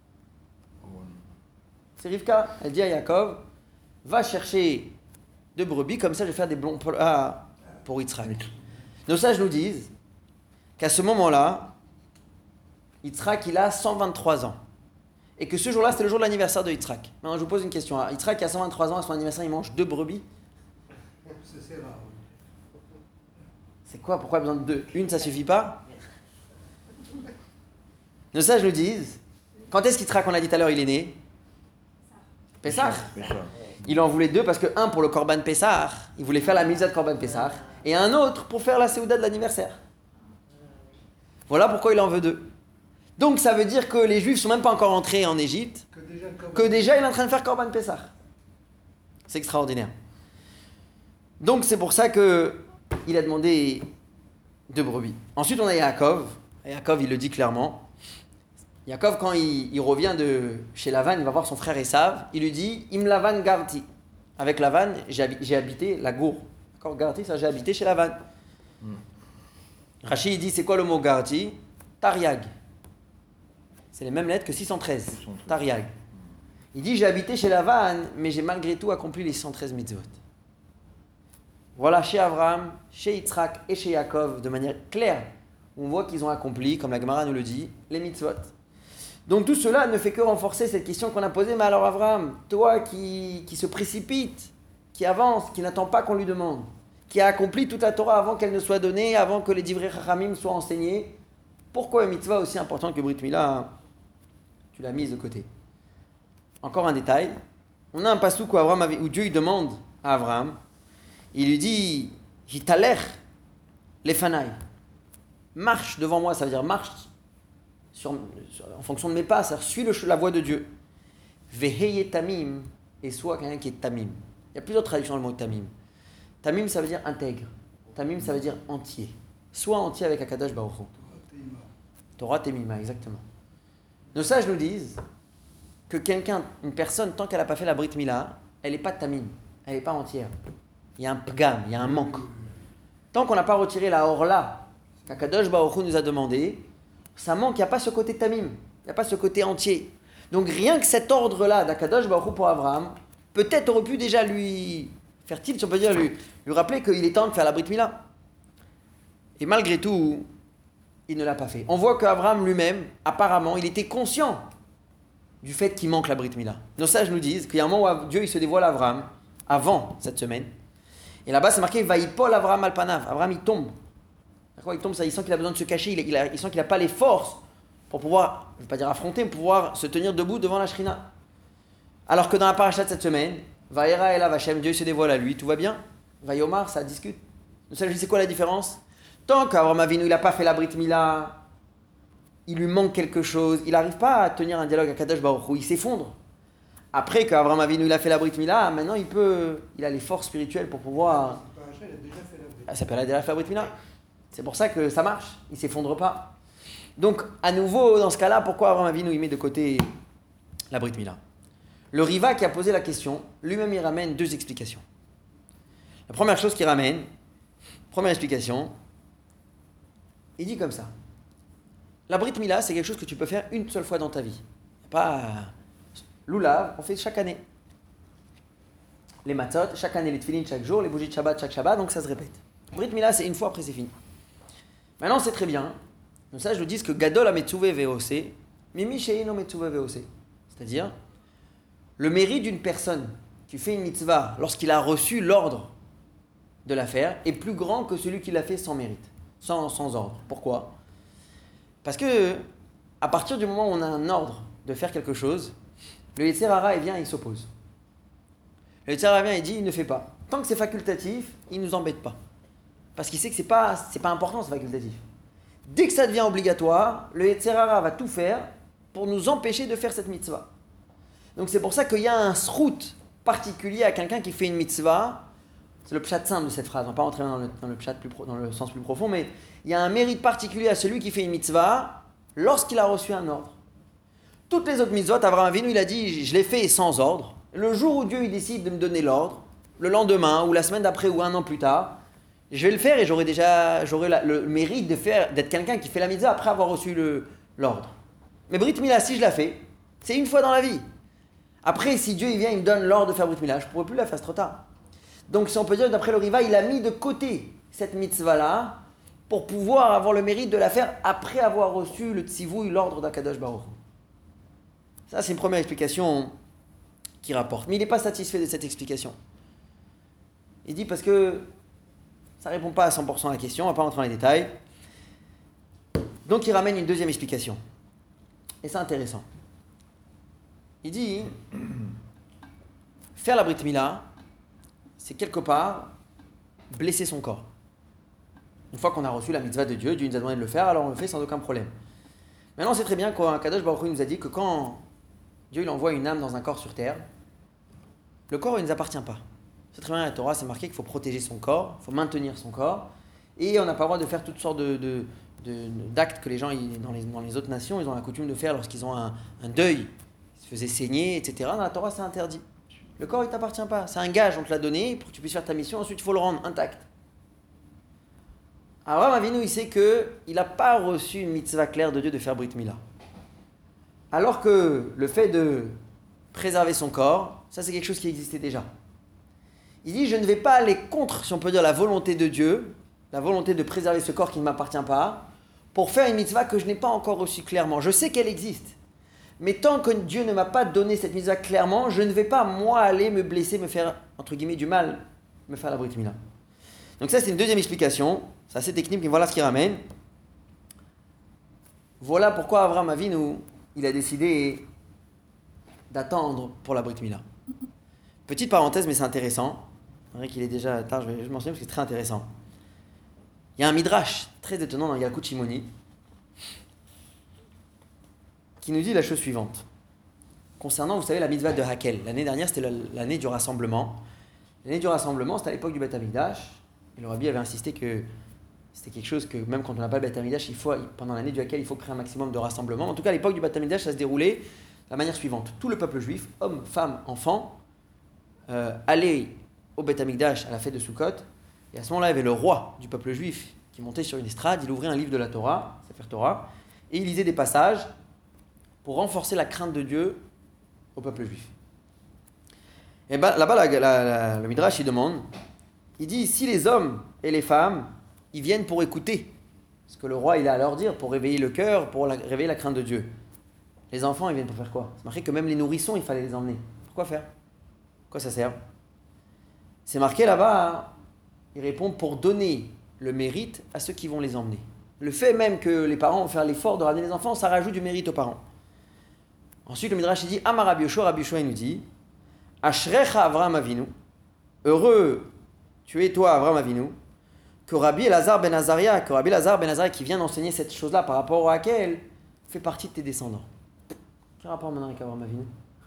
C'est Rivka, elle dit à Yaakov, va chercher 2 brebis, comme ça je vais faire des bons plats pour Yitzhak. Nos sages nous disent qu'à ce moment-là, Yitzhak il a 123 ans. Et que ce jour-là, c'était le jour de l'anniversaire de Yitzhak. Maintenant je vous pose une question. Yitzhak qui a 123 ans, à son anniversaire, il mange 2 brebis. C'est rare. C'est quoi? Pourquoi il a besoin de 2? Une, ça suffit pas? Nos sages nous disent, quand est-ce qu'Yitzhak, on a dit tout à l'heure, il est né? Pessah. Il en voulait 2 parce que un pour le Korban Pessah, il voulait faire la mitzvah de Korban Pessah, et un autre pour faire la Séouda de l'anniversaire. Voilà pourquoi il en veut 2. Donc ça veut dire que les Juifs sont même pas encore entrés en Égypte, que déjà il est en train de faire Korban Pessah. C'est extraordinaire. Donc c'est pour ça que il a demandé 2 brebis. Ensuite on a Yaakov. Yaakov il le dit clairement. Yaakov, quand il revient de chez Lavan, il va voir son frère Esav, il lui dit Im Lavan Garti. Avec Lavan, j'ai habité la gour. D'accord, Garti, ça j'ai habité chez Lavan. Rashi, il dit c'est quoi le mot Garti? Tariag. C'est les mêmes lettres que 613. Tariag. Il dit j'ai habité chez Lavan, mais j'ai malgré tout accompli les 113 mitzvot. Voilà, chez Abraham, chez Yitzhak et chez Yaakov, de manière claire, on voit qu'ils ont accompli, comme la Gemara nous le dit, les mitzvot. Donc tout cela ne fait que renforcer cette question qu'on a posée. Mais alors Abraham, toi qui se précipite, qui avance, qui n'attend pas qu'on lui demande, qui a accompli toute la Torah avant qu'elle ne soit donnée, avant que les divrei chachamim soient enseignés, pourquoi une mitzvah aussi importante que Brit Mila, tu l'as mise de côté? Encore un détail. On a un passouk où Dieu il demande à Abraham, il lui dit Hitalech lefanai, marche devant moi, ça veut dire marche en fonction de mes pas, ça suit la voie de Dieu. Veheye tamim, et soit quelqu'un qui est tamim. Il y a plusieurs traductions dans le mot tamim. Tamim, ça veut dire intègre. Tamim, ça veut dire entier. Soit entier avec Akadosh Baruch Hu. Torah Temima, exactement. Nos sages nous disent que une personne, tant qu'elle n'a pas fait la Brit Mila, elle n'est pas tamim, elle n'est pas entière. Il y a un pgam, il y a un manque. Tant qu'on n'a pas retiré la orla qu'Akadosh Baruch Hu nous a demandé, ça manque, il n'y a pas ce côté tamim, il n'y a pas ce côté entier. Donc rien que cet ordre-là d'Akadosh Baruch Hu pour Abraham, peut-être aurait pu déjà lui faire tilt, si on peut dire, lui rappeler qu'il est temps de faire la Brit Mila. Et malgré tout, il ne l'a pas fait. On voit qu'Abraham lui-même, apparemment, il était conscient du fait qu'il manque la Brit Mila. Nos sages nous disent qu'il y a un moment où Dieu il se dévoile à Abraham, avant cette semaine. Et là-bas, c'est marqué Vaïpol Abraham Alpanav. Abraham, il tombe. D'accord, il tombe, ça, il sent qu'il a besoin de se cacher, il sent qu'il n'a pas les forces pour pouvoir, je ne vais pas dire affronter, mais pouvoir se tenir debout devant la Shrina. Alors que dans la paracha de cette semaine, Vaïra et la Vachem, Dieu se dévoile à lui, tout va bien. Vaïomar, ça discute. Nous savons, c'est quoi la différence? Tant qu'Abraham Avinu, il n'a pas fait la Brit Mila, il lui manque quelque chose, il n'arrive pas à tenir un dialogue à Kadosh Baruch Hu, il s'effondre. Après qu'Abraham Avinu, il a fait la Brit Mila, maintenant il a les forces spirituelles pour pouvoir... Il a déjà fait la Brit. Ça s'appelle déjà fait la Brit Mila. C'est pour ça que ça marche, il ne s'effondre pas. Donc, à nouveau, dans ce cas-là, pourquoi Abraham Avinu, il met de côté la Brit Mila? Le Riva qui a posé la question, lui-même, il ramène deux explications. La première chose qu'il ramène, première explication, il dit comme ça. La Brit Mila, c'est quelque chose que tu peux faire une seule fois dans ta vie. Pas l'oulav, on fait chaque année. Les matzot, chaque année, les tefillin chaque jour, les bougies de Shabbat chaque Shabbat, donc ça se répète. Brit Mila, c'est une fois, après c'est fini. Maintenant, c'est très bien. Nos sages nous disent que Gadol a Metzuve VOC, Mimi Sheino Metzuve VOC. C'est-à-dire, le mérite d'une personne qui fait une mitzvah lorsqu'il a reçu l'ordre de la faire est plus grand que celui qui l'a fait sans mérite, sans ordre. Pourquoi? Parce que à partir du moment où on a un ordre de faire quelque chose, le Yetzer Hara, il vient et il s'oppose. Le Yetzer Hara vient et dit, il ne fait pas. Tant que c'est facultatif, il ne nous embête pas. Parce qu'il sait que c'est pas important, c'est facultatif. Dès que ça devient obligatoire, le Yetzer Hara va tout faire pour nous empêcher de faire cette mitzvah. Donc c'est pour ça qu'il y a un srout particulier à quelqu'un qui fait une mitzvah. C'est le pshat simple de cette phrase, on ne va pas rentrer dans le pshat dans le sens plus profond, mais il y a un mérite particulier à celui qui fait une mitzvah lorsqu'il a reçu un ordre. Toutes les autres mitzvot, Abraham Avinu, il a dit, je l'ai fait sans ordre. Le jour où Dieu il décide de me donner l'ordre, le lendemain, ou la semaine d'après, ou un an plus tard, je vais le faire et j'aurai le mérite d'être quelqu'un qui fait la mitzvah après avoir reçu l'ordre. Mais Brit Mila, si je la fais, c'est une fois dans la vie. Après, si Dieu il vient, il me donne l'ordre de faire Brit Mila, je ne pourrai plus la faire, c'est trop tard. Donc, si on peut dire, d'après le Riva, il a mis de côté cette mitzvah-là pour pouvoir avoir le mérite de la faire après avoir reçu le tzivouï, l'ordre d'Akadosh Baruch Hu. Ça, c'est une première explication qu'il rapporte. Mais il n'est pas satisfait de cette explication. Il dit parce que ça ne répond pas à 100% à la question, on ne va pas rentrer dans les détails. Donc, il ramène une deuxième explication. Et c'est intéressant. Il dit, faire la Brit Mila, c'est quelque part blesser son corps. Une fois qu'on a reçu la mitzvah de Dieu, Dieu nous a demandé de le faire, alors on le fait sans aucun problème. Maintenant, c'est très bien qu'Akadosh Baruch Hu nous a dit que quand Dieu il envoie une âme dans un corps sur terre, le corps il ne nous appartient pas. C'est très bien, la Torah, c'est marqué qu'il faut protéger son corps, il faut maintenir son corps, et on n'a pas le droit de faire toutes sortes d'actes que les gens dans les autres nations, ils ont la coutume de faire lorsqu'ils ont un deuil, ils se faisaient saigner, etc. Dans la Torah, c'est interdit. Le corps, il ne t'appartient pas. C'est un gage, on te l'a donné pour que tu puisses faire ta mission. Ensuite, il faut le rendre intact. Abraham Avinu, il sait qu'il n'a pas reçu une mitzvah claire de Dieu de faire Brit Mila. Alors que le fait de préserver son corps, ça c'est quelque chose qui existait déjà. Il dit, je ne vais pas aller contre, si on peut dire, la volonté de Dieu, la volonté de préserver ce corps qui ne m'appartient pas, pour faire une mitzvah que je n'ai pas encore reçue clairement. Je sais qu'elle existe. Mais tant que Dieu ne m'a pas donné cette mitzvah clairement, je ne vais pas, moi, aller me blesser, me faire, entre guillemets, du mal, me faire la Brit Mila. Donc ça, c'est une deuxième explication. C'est assez technique, mais voilà ce qu'il ramène. Voilà pourquoi Abraham Avinu, il a décidé d'attendre pour la Brit Mila. Petite parenthèse, mais c'est intéressant. C'est vrai qu'il est déjà tard, je vais mentionner parce que c'est très intéressant. Il y a un midrash très étonnant dans Yalkut Shimoni qui nous dit la chose suivante. Concernant, vous savez, la mitzvah de Hakel. L'année dernière, c'était l'année du rassemblement. L'année du rassemblement, c'était à l'époque du Beth Amikdash. Et le Rabbi avait insisté que c'était quelque chose que, même quand on n'a pas le Beth Amikdash, pendant l'année du Hakel, il faut créer un maximum de rassemblements. En tout cas, à l'époque du Beth Amikdash, ça se déroulait de la manière suivante. Tout le peuple juif, hommes, femmes, enfants, allait au Beth Amikdash à la fête de Sukkot. Et à ce moment-là, il y avait le roi du peuple juif qui montait sur une estrade. Il ouvrait un livre de la Torah, Sefer Torah, et il lisait des passages pour renforcer la crainte de Dieu au peuple juif. Et là-bas, le Midrash, il demande, il dit, si les hommes et les femmes, ils viennent pour écouter ce que le roi il a à leur dire, pour réveiller le cœur, pour réveiller la crainte de Dieu. Les enfants, ils viennent pour faire quoi? C'est marqué que même les nourrissons, il fallait les emmener. Pourquoi faire? Quoi ça sert? C'est marqué là-bas, il répond pour donner le mérite à ceux qui vont les emmener. Le fait même que les parents vont faire l'effort de ramener les enfants, ça rajoute du mérite aux parents. Ensuite, le Midrash il dit Amar Rabbi Yoshua il nous dit Ashrecha Avraham Avinu, heureux tu es toi Avraham Avinu, que Rabbi Elazar ben Azaria, qui vient d'enseigner cette chose-là par rapport à laquelle fait partie de tes descendants. Quel rapport maintenant avec Avraham Avinu?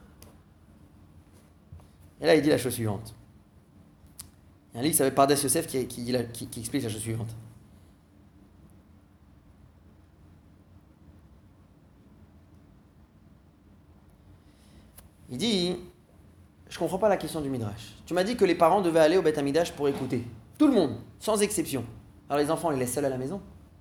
Et là, il dit la chose suivante. Il y a un livre qui s'appelle Pardes Yosef qui explique la chose suivante. Il dit, je ne comprends pas la question du Midrash. Tu m'as dit que les parents devaient aller au Beth Amidash pour écouter. Tout le monde, sans exception. Alors les enfants, on les laisse seuls à la maison.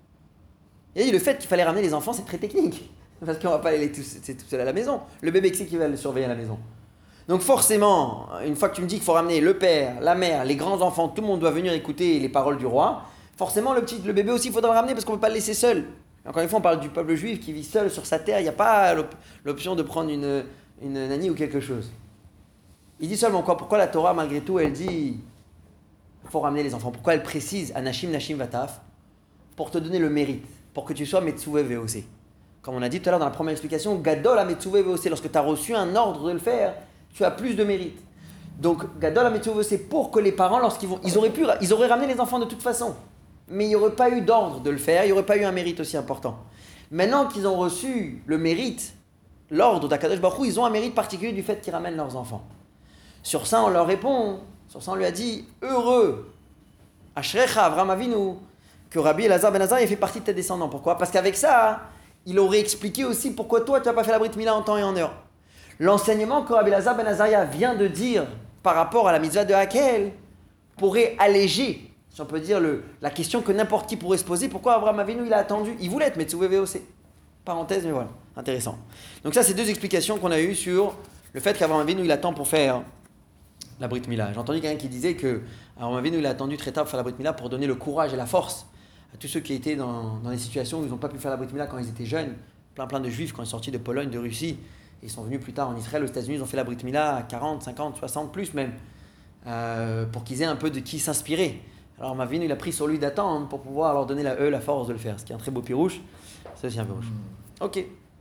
Et le fait qu'il fallait ramener les enfants, c'est très technique. Parce qu'on ne va pas les laisser tout seul à la maison. Le bébé, c'est qui va le surveiller à la maison. Donc forcément, une fois que tu me dis qu'il faut ramener le père, la mère, les grands enfants, tout le monde doit venir écouter les paroles du roi, forcément le bébé aussi, il faudra le ramener parce qu'on ne peut pas le laisser seul. Encore une fois, on parle du peuple juif qui vit seul sur sa terre, il n'y a pas l'option de prendre une nanny ou quelque chose. Il dit seulement quoi? Pourquoi la Torah, malgré tout, elle dit il faut ramener les enfants? Pourquoi elle précise Anashim, Nashim, Vataf? Pour te donner le mérite, pour que tu sois Metsuvé VOC. Comme on a dit tout à l'heure dans la première explication, Gadol a Metsuvé VOC, lorsque tu as reçu un ordre de le faire, tu as plus de mérite. Donc, Gadol HaMetzuvé, c'est pour que les parents, ils auraient ramené les enfants de toute façon. Mais il n'y aurait pas eu d'ordre de le faire, il n'y aurait pas eu un mérite aussi important. Maintenant qu'ils ont reçu le mérite, l'ordre d'Akadosh Baruch Hu, ils ont un mérite particulier du fait qu'ils ramènent leurs enfants. Sur ça, on leur répond, sur ça, on lui a dit, heureux, Ashrecha Avraham Avinu, que Rabbi Elazar ben Azariah fait partie de tes descendants. Pourquoi? Parce qu'avec ça, il aurait expliqué aussi pourquoi toi, tu n'as pas fait la Brit Mila en temps et en heure. L'enseignement que Rabbi Elazar ben Azariah vient de dire par rapport à la mitzvah de Hakel pourrait alléger, si on peut dire, la question que n'importe qui pourrait se poser. Pourquoi Avraham Avinu il a attendu? Il voulait être Metsuvé VOC. Parenthèse, mais voilà, intéressant. Donc ça, c'est deux explications qu'on a eues sur le fait qu'Avraham Avinu il attend pour faire la Brit Mila. J'ai entendu quelqu'un qui disait que Avraham Avinu il a attendu très tard pour faire la Brit Mila pour donner le courage et la force à tous ceux qui étaient dans des situations où ils n'ont pas pu faire la Brit Mila quand ils étaient jeunes. Plein de juifs quand ils sont sortis de Pologne, de Russie. Ils sont venus plus tard en Israël, aux États-Unis, ils ont fait la Brit Mila à 40, 50, 60, plus même, pour qu'ils aient un peu de qui s'inspirer. Alors Avinu il a pris sur lui d'attendre pour pouvoir leur donner la force de le faire, ce qui est un très beau pirouche. C'est aussi un pirouche. Ok.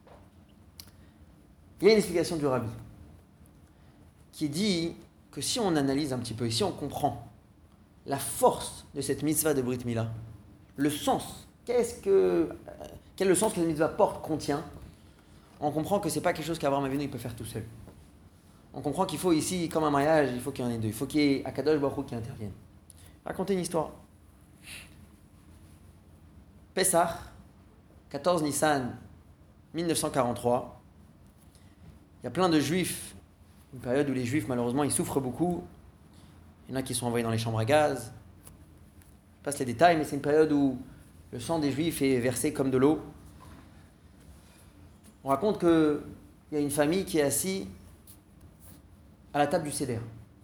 Il y a une explication du Rabbi qui dit que si on analyse un petit peu, et si on comprend la force de cette mitzvah de Brit Mila, le sens, quel est le sens que cette mitzvah contient, on comprend que ce n'est pas quelque chose qu'Avraham Avinu peut faire tout seul. On comprend qu'il faut ici, comme un mariage, il faut qu'il y en ait deux. Il faut qu'il y ait Akadosh Baruch Hu qui intervienne. Racontez une histoire. Pessah, 14 Nissan 1943. Il y a plein de juifs, une période où les juifs malheureusement ils souffrent beaucoup. Il y en a qui sont envoyés dans les chambres à gaz. Je passe les détails, mais c'est une période où le sang des juifs est versé comme de l'eau. On raconte qu'il y a une famille qui est assise à la table du Seder.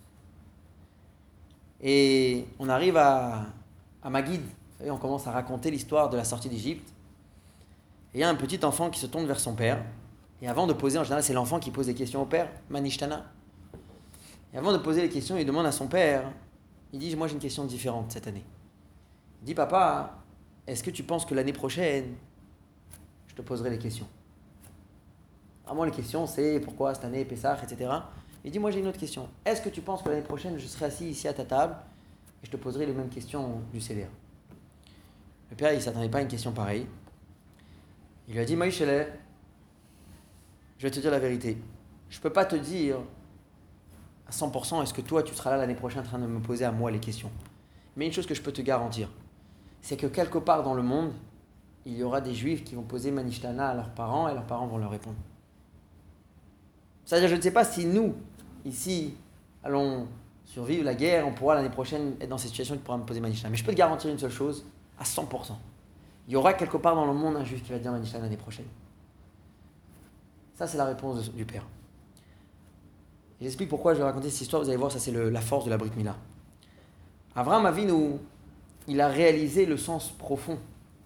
Et on arrive à Maguid, et on commence à raconter l'histoire de la sortie d'Égypte. Et il y a un petit enfant qui se tourne vers son père. Et avant de poser, en général, c'est l'enfant qui pose des questions au père, Manishtana. Et avant de poser les questions, il demande à son père, il dit, moi j'ai une question différente cette année. Il dit, papa, est-ce que tu penses que l'année prochaine, je te poserai les questions? Alors moi, les questions, c'est pourquoi cette année, Pessah, etc. Il dit, moi j'ai une autre question. Est-ce que tu penses que l'année prochaine, je serai assis ici à ta table et je te poserai les mêmes questions du Seder? Le père, il ne s'attendait pas à une question pareille. Il lui a dit, Maïchele, je vais te dire la vérité. Je ne peux pas te dire à 100% est-ce que toi, tu seras là l'année prochaine en train de me poser à moi les questions. Mais une chose que je peux te garantir, c'est que quelque part dans le monde, il y aura des juifs qui vont poser Manishtana à leurs parents et leurs parents vont leur répondre. C'est-à-dire, je ne sais pas si nous, ici, allons survivre la guerre, on pourra l'année prochaine être dans cette situation et tu pourras me poser Manishtana. Mais je peux te garantir une seule chose, à 100%. Il y aura quelque part dans le monde un juif qui va dire Manishtana l'année prochaine. Ça, c'est la réponse du père. Et j'explique pourquoi je vais raconter cette histoire. Vous allez voir, ça c'est la force de la Brit Mila. Avraham Avinu, il a réalisé le sens profond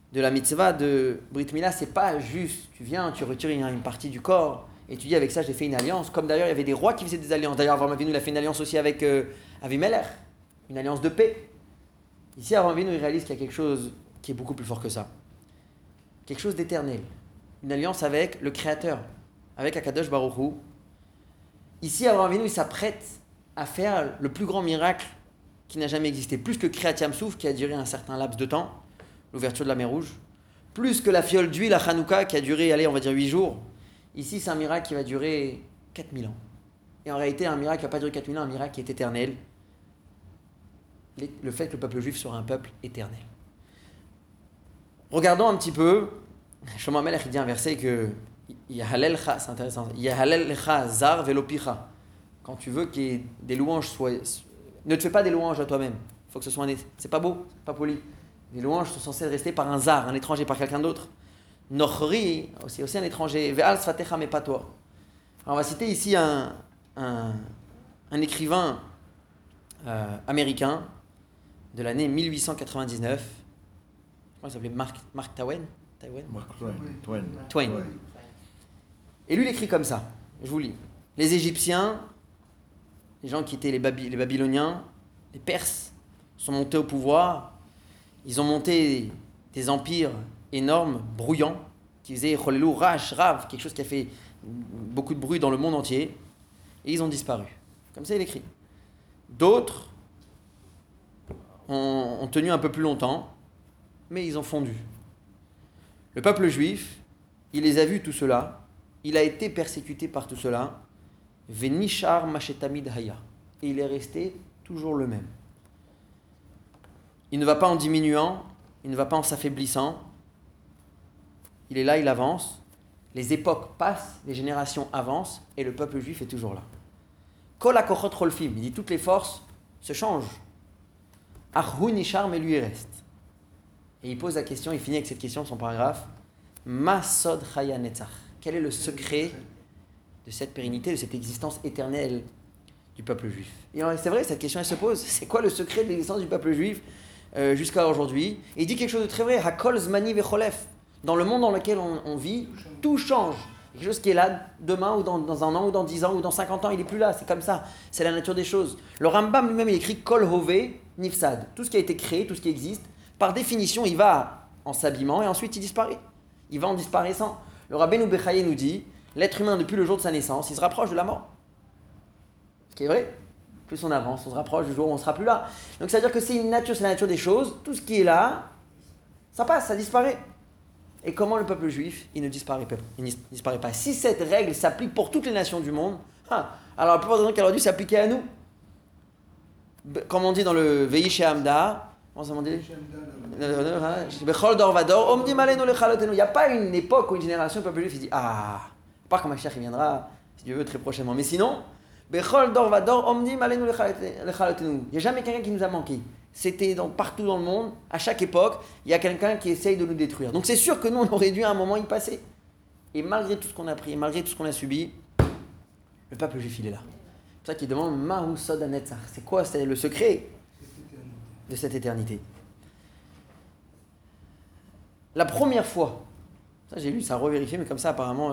de la mitzvah de Brit Mila, c'est pas juste, tu viens, tu retires une partie du corps, et tu dis avec ça j'ai fait une alliance, comme d'ailleurs il y avait des rois qui faisaient des alliances. D'ailleurs Avraham Avinu il a fait une alliance aussi avec Avimelech, une alliance de paix. Ici Avraham Avinu il réalise qu'il y a quelque chose qui est beaucoup plus fort que ça. Quelque chose d'éternel. Une alliance avec le Créateur, avec Akadosh Baruch Hu. Ici Avraham Avinu il s'apprête à faire le plus grand miracle qui n'a jamais existé. Plus que Kriyat Yam Souf qui a duré un certain laps de temps, l'ouverture de la mer Rouge. Plus que la fiole d'huile à Hanouka qui a duré, allez, on va dire 8 jours. Ici, c'est un miracle qui va durer 4000 ans. Et en réalité, un miracle qui ne va pas durer 4000 ans, un miracle qui est éternel. Le fait que le peuple juif soit un peuple éternel. Regardons un petit peu. Shlomo HaMelech il dit un verset que Yahalelcha, c'est intéressant. Yahalelcha zar velopicha. Quand tu veux qu'il y ait des louanges, ne te fais pas des louanges à toi-même. Il faut que ce soit c'est pas beau, c'est pas poli. Les louanges sont censées rester par un zar, un étranger, par quelqu'un d'autre. Nochri, c'est aussi un étranger. Ve'al sfatecha, mais pas toi. Alors on va citer ici un écrivain américain de l'année 1899. Comment il s'appelait Mark Twain. Mark Twain. Twain. Et lui, il écrit comme ça. Je vous lis. Les Égyptiens, les gens qui étaient les Babyloniens, les Perses, sont montés au pouvoir. Ils ont monté des empires énormes, bruyants, qui faisaient Cholelou, Rash, Rav, quelque chose qui a fait beaucoup de bruit dans le monde entier. Et ils ont disparu. Comme ça, il écrit. D'autres ont tenu un peu plus longtemps, mais ils ont fondu. Le peuple juif, il les a vus tout cela. Il a été persécuté par tout cela. Venishar Mashetamid Haya. Et il est resté toujours le même. Il ne va pas en diminuant, il ne va pas en s'affaiblissant. Il est là, il avance. Les époques passent, les générations avancent, et le peuple juif est toujours là. Kol hakochot cholfim, il dit toutes les forces se changent. Achhu nishar, mais lui il reste. Et il pose la question, il finit avec cette question, son paragraphe. Ma sod chaya netzach. Quel est le secret de cette pérennité, de cette existence éternelle du peuple juif? Et c'est vrai, cette question elle se pose. C'est quoi le secret de l'existence du peuple juif jusqu'à aujourd'hui? Et il dit quelque chose de très vrai. Hakol zmani vecholef. Dans le monde dans lequel on vit, tout change. Quelque chose qui est là demain ou dans un an ou dans 10 ans ou dans 50 ans, il n'est plus là. C'est comme ça. C'est la nature des choses. Le Rambam lui-même, il écrit Kol hove nifsad. Tout ce qui a été créé, tout ce qui existe, par définition, il va en s'habillant et ensuite il disparaît. Il va en disparaissant. Le Rabbeinu Bechaye nous dit, l'être humain depuis le jour de sa naissance, il se rapproche de la mort. Ce qui est vrai. Plus on avance, on se rapproche du jour où on ne sera plus là. Donc ça veut dire que c'est une nature, c'est la nature des choses. Tout ce qui est là, ça passe, ça disparaît. Et comment le peuple juif, il ne disparaît pas. Si cette règle s'applique pour toutes les nations du monde, alors la plupart des gens qui auraient dû s'appliquer à nous. Comme on dit dans le Ve'i She'amda, comment ça dit? Il n'y a pas une époque ou une génération, le peuple juif il dit à part quand Mashiach viendra, si Dieu veut, très prochainement. Mais sinon, il n'y a jamais quelqu'un qui nous a manqué. C'était partout dans le monde, à chaque époque, il y a quelqu'un qui essaye de nous détruire. Donc c'est sûr que nous, on aurait dû à un moment y passer. Et malgré tout ce qu'on a pris, malgré tout ce qu'on a subi, le peuple juif, il est là. C'est pour ça qu'il demande Mahu Sod HaNetzach. C'est quoi le secret de cette éternité? La première fois, ça j'ai lu, ça a revérifié, mais comme ça apparemment,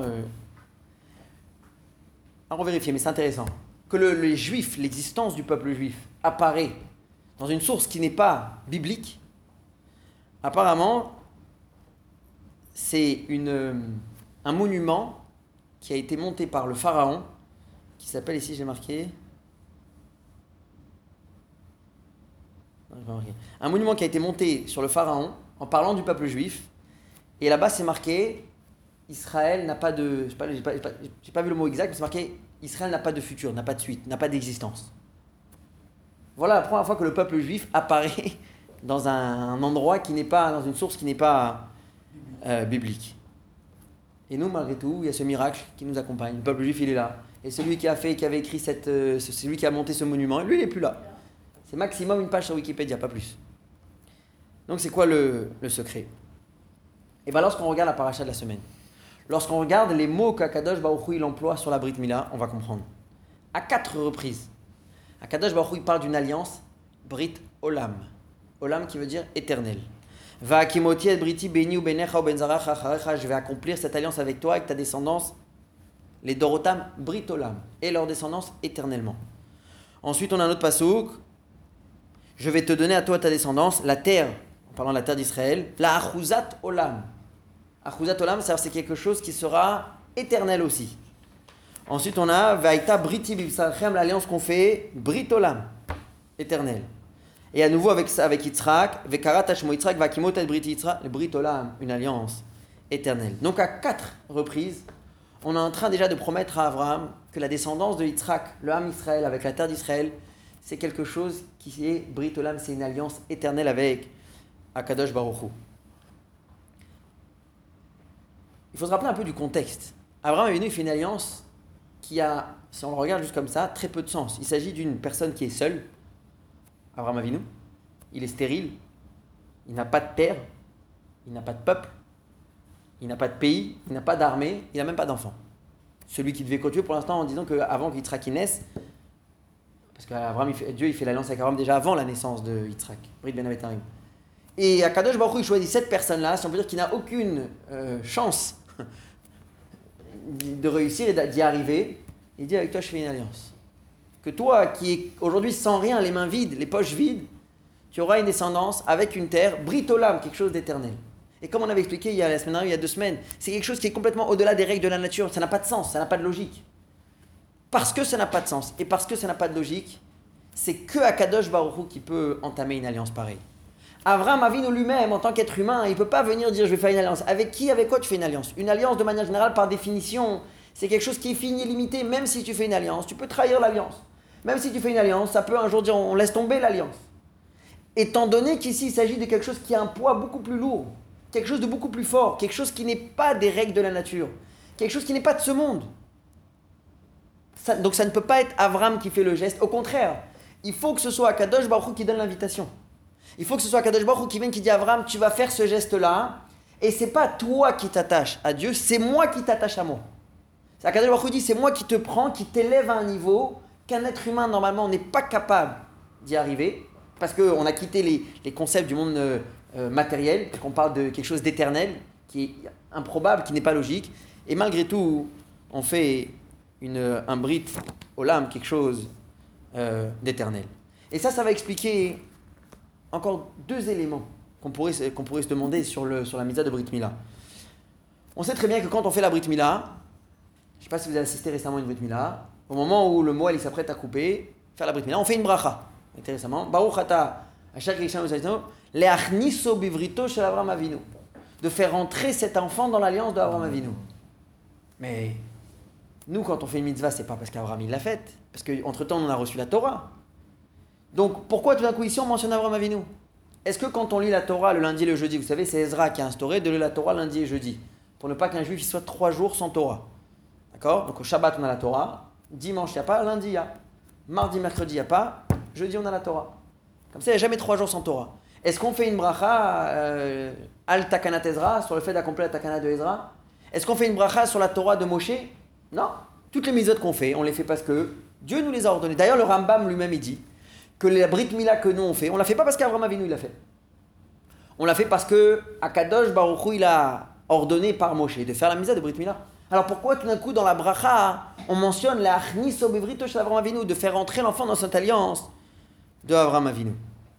à revérifier, mais c'est intéressant, que les juifs, l'existence du peuple juif apparaît dans une source qui n'est pas biblique. Apparemment, c'est un monument qui a été monté par le pharaon, qui s'appelle ici, j'ai marqué, un monument qui a été monté sur le pharaon en parlant du peuple juif, et là-bas c'est marqué Israël n'a pas de, j'ai pas vu le mot exact, mais c'est marqué Israël n'a pas de futur, n'a pas de suite, n'a pas d'existence. Voilà la première fois que le peuple juif apparaît dans un endroit qui n'est pas, dans une source qui n'est pas biblique. Et nous, malgré tout, il y a ce miracle qui nous accompagne. Le peuple juif, il est là. Et celui qui avait écrit celui qui a monté ce monument, lui, il n'est plus là. C'est maximum une page sur Wikipédia, pas plus. Donc, c'est quoi le secret? Et bien, lorsqu'on regarde la paracha de la semaine, lorsqu'on regarde les mots qu'Akadosh Baruch Hu il emploie sur la Brit Mila, on va comprendre. À 4 reprises, Akadosh Baruch Hu il parle d'une alliance, Brit Olam. Olam qui veut dire éternel. Va akimoti et briti beni ou benecha ou benzaracha acharecha, je vais accomplir cette alliance avec toi, avec ta descendance, les Dorotam britolam, et leur descendance éternellement. Ensuite, on a un autre pasouk. Je vais te donner à toi ta descendance, la terre, en parlant de la terre d'Israël, la achuzat olam. Achuzat olam, c'est quelque chose qui sera éternel aussi. Ensuite, on a Vaïta briti bibsarchem, l'alliance qu'on fait, britolam, éternel. Et à nouveau avec Yitzhak, Vekarat Hashmo Yitzhak, Vakimot et briti Yitzhak, le britolam, une alliance éternelle. Donc à 4 reprises, on est en train déjà de promettre à Abraham que la descendance de Yitzhak, le Ham Israël, avec la terre d'Israël, c'est quelque chose qui est britolam, c'est une alliance éternelle avec Akadosh Baruch Hu. Il faut se rappeler un peu du contexte. Abraham il fait une alliance qui a, si on le regarde juste comme ça, très peu de sens. Il s'agit d'une personne qui est seule, Abraham Avinu, il est stérile, il n'a pas de terre, il n'a pas de peuple, il n'a pas de pays, il n'a pas d'armée, il n'a même pas d'enfant. Celui qui devait continuer pour l'instant en disant qu'avant qu'Yitzhak naisse, parce que Dieu il fait l'alliance avec Abraham déjà avant la naissance de Yitzhak, Brit Ben Avetarim. Et Akadosh Baruch Hu il choisit cette personne-là, si on peut dire qu'il n'a aucune chance de réussir et d'y arriver, il dit avec toi je fais une alliance. Que toi qui es aujourd'hui sans rien, les mains vides, les poches vides, tu auras une descendance avec une terre, britolam, quelque chose d'éternel. Et comme on avait expliqué il y a 2 semaines, c'est quelque chose qui est complètement au-delà des règles de la nature, ça n'a pas de sens, ça n'a pas de logique. Parce que ça n'a pas de sens et parce que ça n'a pas de logique, c'est que Akadosh Baruch Hu qui peut entamer une alliance pareille. Avraham Avinu lui-même, en tant qu'être humain, il ne peut pas venir dire je vais faire une alliance. Avec qui, avec quoi tu fais une alliance? Une alliance, de manière générale, par définition, c'est quelque chose qui est fini et limité. Même si tu fais une alliance, tu peux trahir l'alliance. Même si tu fais une alliance, ça peut un jour dire on laisse tomber l'alliance. Étant donné qu'ici, il s'agit de quelque chose qui a un poids beaucoup plus lourd, quelque chose de beaucoup plus fort, quelque chose qui n'est pas des règles de la nature, quelque chose qui n'est pas de ce monde. Donc ça ne peut pas être Avraham qui fait le geste. Au contraire, il faut que ce soit Akadosh Baruch Hu qui donne l'invitation. Il faut que ce soit Akadosh Baruch Hu qui vienne qui dit à Avraham, tu vas faire ce geste-là, et c'est pas toi qui t'attaches à Dieu, c'est moi qui t'attache à moi. C'est Akadosh Baruch Hu dit, c'est moi qui te prends, qui t'élève à un niveau qu'un être humain normalement n'est pas capable d'y arriver, parce qu'on a quitté les concepts du monde matériel, qu'on parle de quelque chose d'éternel, qui est improbable, qui n'est pas logique, et malgré tout, on fait un brit olam, quelque chose d'éternel. Et ça va expliquer encore 2 éléments qu'on pourrait se demander sur la mitzvah de Brit Mila. On sait très bien que quand on fait la Brit Mila, je ne sais pas si vous avez assisté récemment à une Brit Mila, au moment où le moël il s'apprête à couper, faire la Brit Mila, on fait une bracha. Intéressamment, Baruch ata Asher Krishna Uzaytno, le'achniso bivrito shel Avraham Avinu, de faire entrer cet enfant dans l'alliance de Avraham Avinu. Mais nous, quand on fait une mitzvah, c'est pas parce qu'Avraham il l'a faite, parce qu'entre-temps on a reçu la Torah. Donc, pourquoi tout d'un coup ici on mentionne Avraham Avinu? Est-ce que quand on lit la Torah le lundi et le jeudi, vous savez, c'est Ezra qui a instauré de lire la Torah lundi et jeudi, pour ne pas qu'un juif soit 3 jours sans Torah. D'accord? Donc au Shabbat on a la Torah, dimanche il n'y a pas, lundi il y a, mardi, mercredi il n'y a pas, jeudi on a la Torah. Comme ça il n'y a jamais 3 jours sans Torah. Est-ce qu'on fait une bracha al takanat Ezra, sur le fait d'accomplir la takana de Ezra? Est-ce qu'on fait une bracha sur la Torah de Moshe? Non. Toutes les mitzvot qu'on fait, on les fait parce que Dieu nous les a ordonnées. D'ailleurs le Rambam lui-même il dit que la Brit Mila que nous on fait, on ne la fait pas parce qu'Avraham Avinu il l'a fait. On l'a fait parce que Akadosh Baruch Hu il a ordonné par Moshe de faire la mitzvah de Brit Mila. Alors pourquoi tout d'un coup dans la bracha on mentionne la achniso bivrito shel Avraham Avinu, de faire entrer l'enfant dans cette alliance de Avraham Avinu?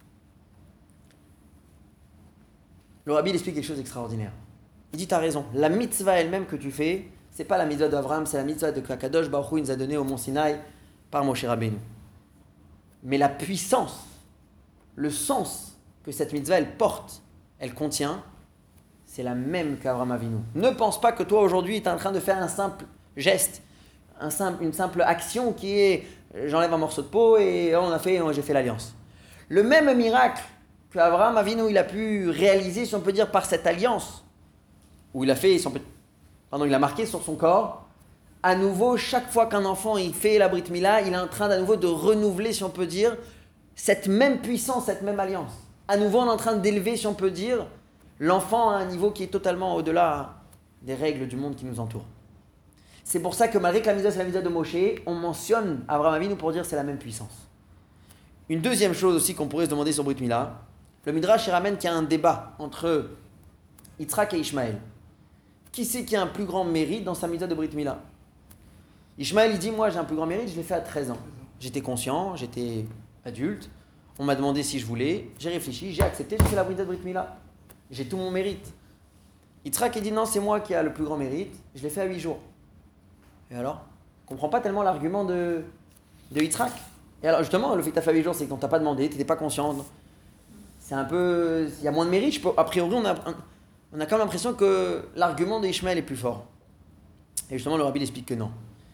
Le Rabbi il explique quelque chose d'extraordinaire. Il dit t'as raison, la mitzvah elle-même que tu fais, c'est pas la mitzvah d'Avraham, c'est la mitzvah de Akadosh Baruch Hu il nous a donné au mont Sinaï par Moshe Rabbeinu. Mais la puissance, le sens que cette mitzvah elle porte, elle contient, c'est la même qu'Avraham Avinu. Ne pense pas que toi aujourd'hui tu es en train de faire un simple geste, une simple action qui est j'enlève un morceau de peau et j'ai fait l'alliance. Le même miracle qu'Avraham Avinu il a pu réaliser, si on peut dire, par cette alliance, où il a marqué sur son corps. À nouveau, chaque fois qu'un enfant il fait la Brit Mila, il est en train d'à nouveau de renouveler, si on peut dire, cette même puissance, cette même alliance. À nouveau, on est en train d'élever, si on peut dire, l'enfant à un niveau qui est totalement au-delà des règles du monde qui nous entoure. C'est pour ça que malgré que la mitzvah c'est la mitzvah de Moshe, on mentionne Avraham Avinu pour dire c'est la même puissance. Une deuxième chose aussi qu'on pourrait se demander sur Brit Mila, Le Midrash il ramène qu'il y a un débat entre Yitzhak et Ishmaël. Qui c'est qui a un plus grand mérite dans sa mitzvah de Brit Mila? Ishmaël il dit moi j'ai un plus grand mérite, je l'ai fait à 13 ans. J'étais conscient, j'étais adulte, on m'a demandé si je voulais, j'ai réfléchi, j'ai accepté, j'ai fait la mitzvah de Brit Mila. J'ai tout mon mérite. Yitzhak il dit non c'est moi qui a le plus grand mérite, je l'ai fait à 8 jours. Et alors? On ne comprend pas tellement l'argument de Yitzhak. Et alors justement le fait que tu as fait à 8 jours c'est qu'on t'a pas demandé, tu n'étais pas conscient. C'est un peu... Il y a moins de mérite, a priori on a quand même l'impression que l'argument d'Ishmaël est plus fort. Et justement, le rabbi explique que non.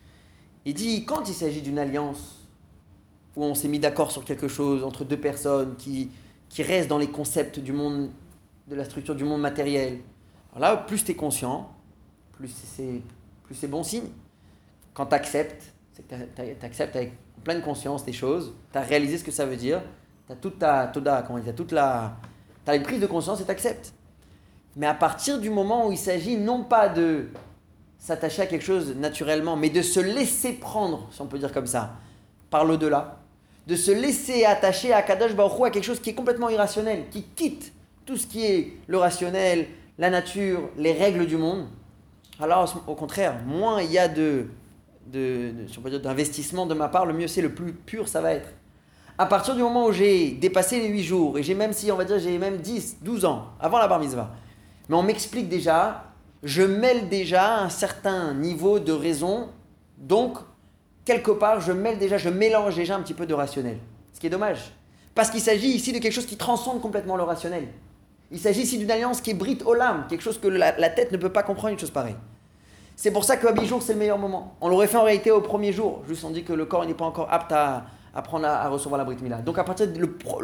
Il dit, quand il s'agit d'une alliance où on s'est mis d'accord sur quelque chose entre deux personnes qui restent dans les concepts du monde, de la structure du monde matériel, alors là, plus tu es conscient, plus c'est bon signe. Quand tu acceptes, c'est que tu acceptes avec pleine conscience des choses, tu as réalisé ce que ça veut dire, tu as toute ta toda, tu as une prise de conscience et tu acceptes. Mais à partir du moment où il s'agit non pas de s'attacher à quelque chose naturellement, mais de se laisser prendre, si on peut dire comme ça, par l'au-delà, de se laisser attacher à Kadosh Baruch Hu, à quelque chose qui est complètement irrationnel, qui quitte tout ce qui est le rationnel, la nature, les règles du monde, alors au contraire, moins il y a si on peut dire, d'investissement de ma part, le mieux c'est, le plus pur ça va être. À partir du moment où j'ai dépassé les 8 jours, et j'ai même 10, 12 ans, avant la bar mitzvah, mais on m'explique déjà, je mêle déjà un certain niveau de raison, donc quelque part je mélange déjà un petit peu de rationnel. Ce qui est dommage, parce qu'il s'agit ici de quelque chose qui transcende complètement le rationnel. Il s'agit ici d'une alliance qui est Brit Olam, quelque chose que la tête ne peut pas comprendre, une chose pareille. C'est pour ça que à 8 jours c'est le meilleur moment. On l'aurait fait en réalité au premier jour, juste on dit que le corps n'est pas encore apte à recevoir la Brit Mila. Donc à partir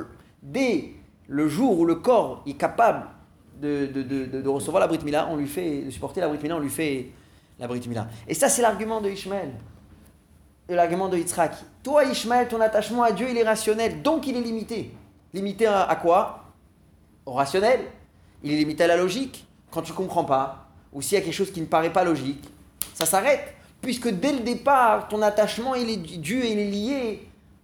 dès le jour où le corps est capable de recevoir la Brit Mila, on lui fait, de supporter la Brit Mila, on lui fait la Brit Mila. Et ça c'est l'argument de Ishmaël, et l'argument de Yitzhak. Toi Ishmaël, ton attachement à Dieu il est rationnel, donc il est limité. Limité à quoi? Au rationnel. Il est limité à la logique. Quand tu ne comprends pas, ou s'il y a quelque chose qui ne paraît pas logique, ça s'arrête. Puisque dès le départ, ton attachement il est dû et il est lié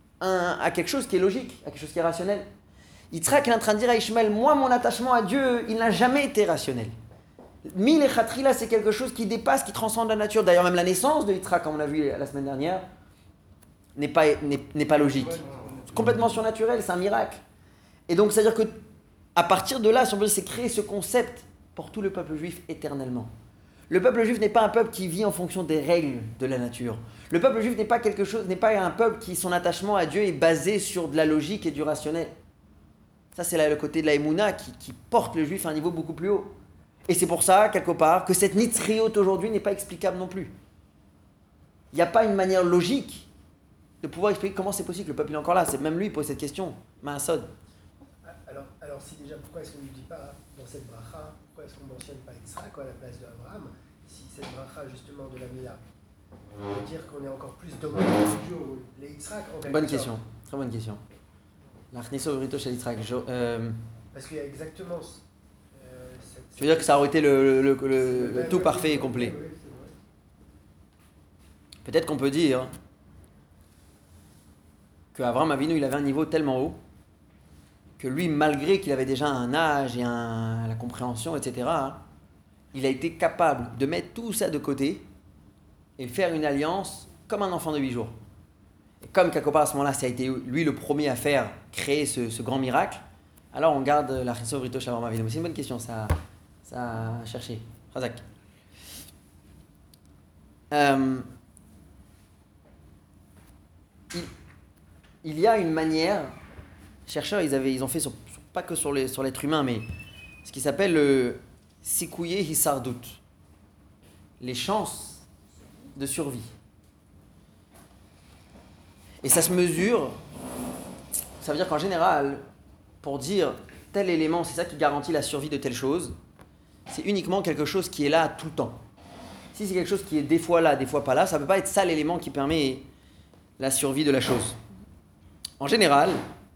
à quelque chose qui est logique, à quelque chose qui est rationnel. Yitzhak est en train de dire à Ishmaël, moi mon attachement à Dieu, il n'a jamais été rationnel. Mil et Khatrila, c'est quelque chose qui dépasse, qui transcende la nature. D'ailleurs même la naissance de Yitzhak, comme on l'a vu la semaine dernière, n'est pas logique. C'est complètement surnaturel, c'est un miracle. Et donc c'est-à-dire que à partir de là, si on veut, c'est créer ce concept pour tout le peuple juif éternellement. Le peuple juif n'est pas un peuple qui vit en fonction des règles de la nature. Le peuple juif n'est pas un peuple qui, son attachement à Dieu est basé sur de la logique et du rationnel. Ça, c'est là le côté de la Emouna qui porte le juif à un niveau beaucoup plus haut. Et c'est pour ça, quelque part, que cette nitzriot aujourd'hui n'est pas explicable non plus. Il n'y a pas une manière logique de pouvoir expliquer comment c'est possible que le peuple est encore là. C'est même lui qui pose cette question. Maasod. Alors si déjà, pourquoi est-ce qu'on ne dit pas dans cette bracha, pourquoi est-ce qu'on ne mentionne pas Yitzhak à la place d'Abraham, si cette bracha justement de la Mila veut dire qu'on est encore plus dommage les Yitzhak en quelque Bonne sorte. question, très bonne question. L'Achneso Urito chez Yitzhak. Parce qu'il y a exactement tu veux dire que ça aurait été le tout parfait et complet. Peut-être qu'on peut dire qu'Abraham Avinu il avait un niveau tellement haut que lui, malgré qu'il avait déjà un âge et la compréhension, etc., il a été capable de mettre tout ça de côté et faire une alliance comme un enfant de 8 jours. Et comme quelque part à ce moment-là, ça a été lui le premier à créer ce grand miracle, alors on garde la Chesov Rito Shalom Avinu. Mais c'est une bonne question, ça a cherché. Razak. Il y a une manière... Les chercheurs, ils ont fait pas que sur l'être humain, mais ce qui s'appelle le Sikouye Hissardout, les chances de survie. Et ça se mesure, ça veut dire qu'en général, pour dire tel élément, c'est ça qui garantit la survie de telle chose, c'est uniquement quelque chose qui est là tout le temps. Si c'est quelque chose qui est des fois là, des fois pas là, ça ne peut pas être ça l'élément qui permet la survie de la chose. En général,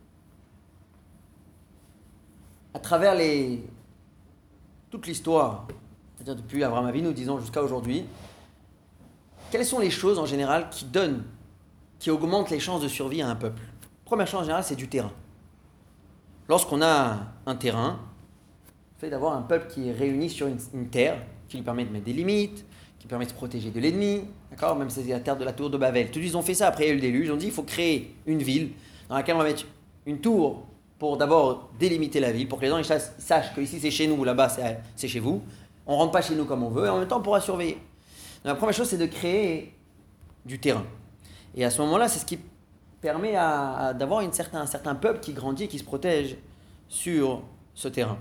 à travers toute l'histoire, c'est-à-dire depuis Abraham Avinu, disons jusqu'à aujourd'hui, quelles sont les choses en général qui augmentent les chances de survie à un peuple? Première chose en général, c'est du terrain. lorsqu'on a un terrain, le fait d'avoir un peuple qui est réuni sur une terre, qui lui permet de mettre des limites, qui permet de se protéger de l'ennemi, d'accord, même si c'est la terre de la tour de Babel. Tous ils ont fait ça après il y a eu le déluge. Ils ont dit il faut créer une ville dans laquelle on va mettre une tour pour d'abord délimiter la ville, pour que les gens ils sachent que ici c'est chez nous, là-bas c'est chez vous. On ne rentre pas chez nous comme on veut et en même temps on pourra surveiller. Donc, la première chose c'est de créer du terrain. Et à ce moment-là, c'est ce qui permet d'avoir un certain peuple qui grandit et qui se protège sur ce terrain.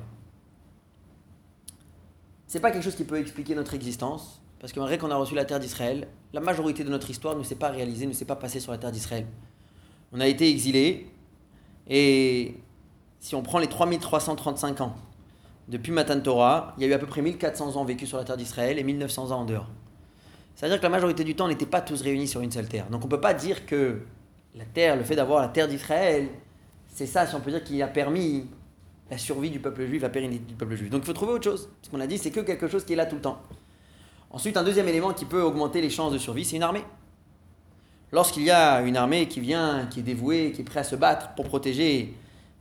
Ce n'est pas quelque chose qui peut expliquer notre existence, parce que malgré qu'on a reçu la terre d'Israël, la majorité de notre histoire ne s'est pas réalisée, ne s'est pas passée sur la terre d'Israël. On a été exilés, et si on prend les 3335 ans depuis Matan Torah, il y a eu à peu près 1400 ans vécus sur la terre d'Israël et 1900 ans en dehors. C'est-à-dire que la majorité du temps, on n'était pas tous réunis sur une seule terre. Donc on ne peut pas dire que la terre, le fait d'avoir la terre d'Israël, c'est ça, si on peut dire, qui a permis la survie du peuple juif, la pérennité du peuple juif. Donc il faut trouver autre chose. Ce qu'on a dit, c'est que quelque chose qui est là tout le temps. Ensuite, un deuxième élément qui peut augmenter les chances de survie, c'est une armée. Lorsqu'il y a une armée qui vient, qui est dévouée, qui est prête à se battre pour protéger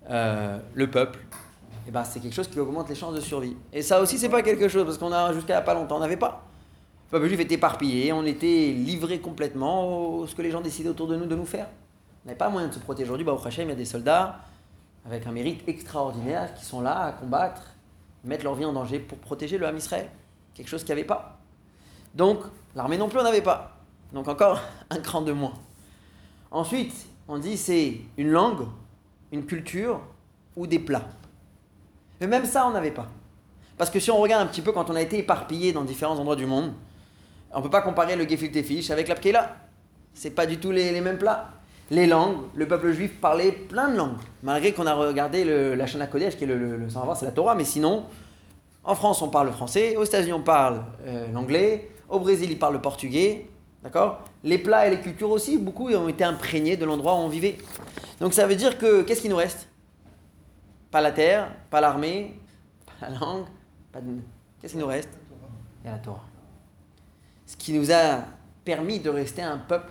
le peuple, eh ben, c'est quelque chose qui augmente les chances de survie. Et ça aussi, c'est pas quelque chose, parce qu'on a jusqu'à il n'y a pas longtemps, on n'avait pas. Le peuple juif était éparpillé, on était livré complètement à ce que les gens décidaient autour de nous de nous faire. On n'avait pas moyen de se protéger. Aujourd'hui, au Hachem, il y a des soldats avec un mérite extraordinaire qui sont là à combattre, mettre leur vie en danger pour protéger le Ham Israël. Quelque chose qu'il n'y avait pas. Donc, l'armée non plus, on n'avait pas. Donc encore un cran de moins. Ensuite, on dit c'est une langue, une culture ou des plats. Mais même ça, on n'avait pas. Parce que si on regarde un petit peu quand on a été éparpillé dans différents endroits du monde, on ne peut pas comparer le gefilte fish avec la pkeila. C'est pas du tout les mêmes plats. Les langues, le peuple juif parlait plein de langues. Malgré qu'on a regardé la Shana Kodesh, qui est le savoir, c'est la Torah, mais sinon, en France, on parle le français, aux États-Unis, on parle l'anglais, au Brésil, ils parlent le portugais, d'accord ? Les plats et les cultures aussi, beaucoup ont été imprégnés de l'endroit où on vivait. Donc ça veut dire que, qu'est-ce qui nous reste ? Pas la terre, pas l'armée, pas la langue, qu'est-ce qui nous reste ? Il y a la Torah. Ce qui nous a permis de rester un peuple,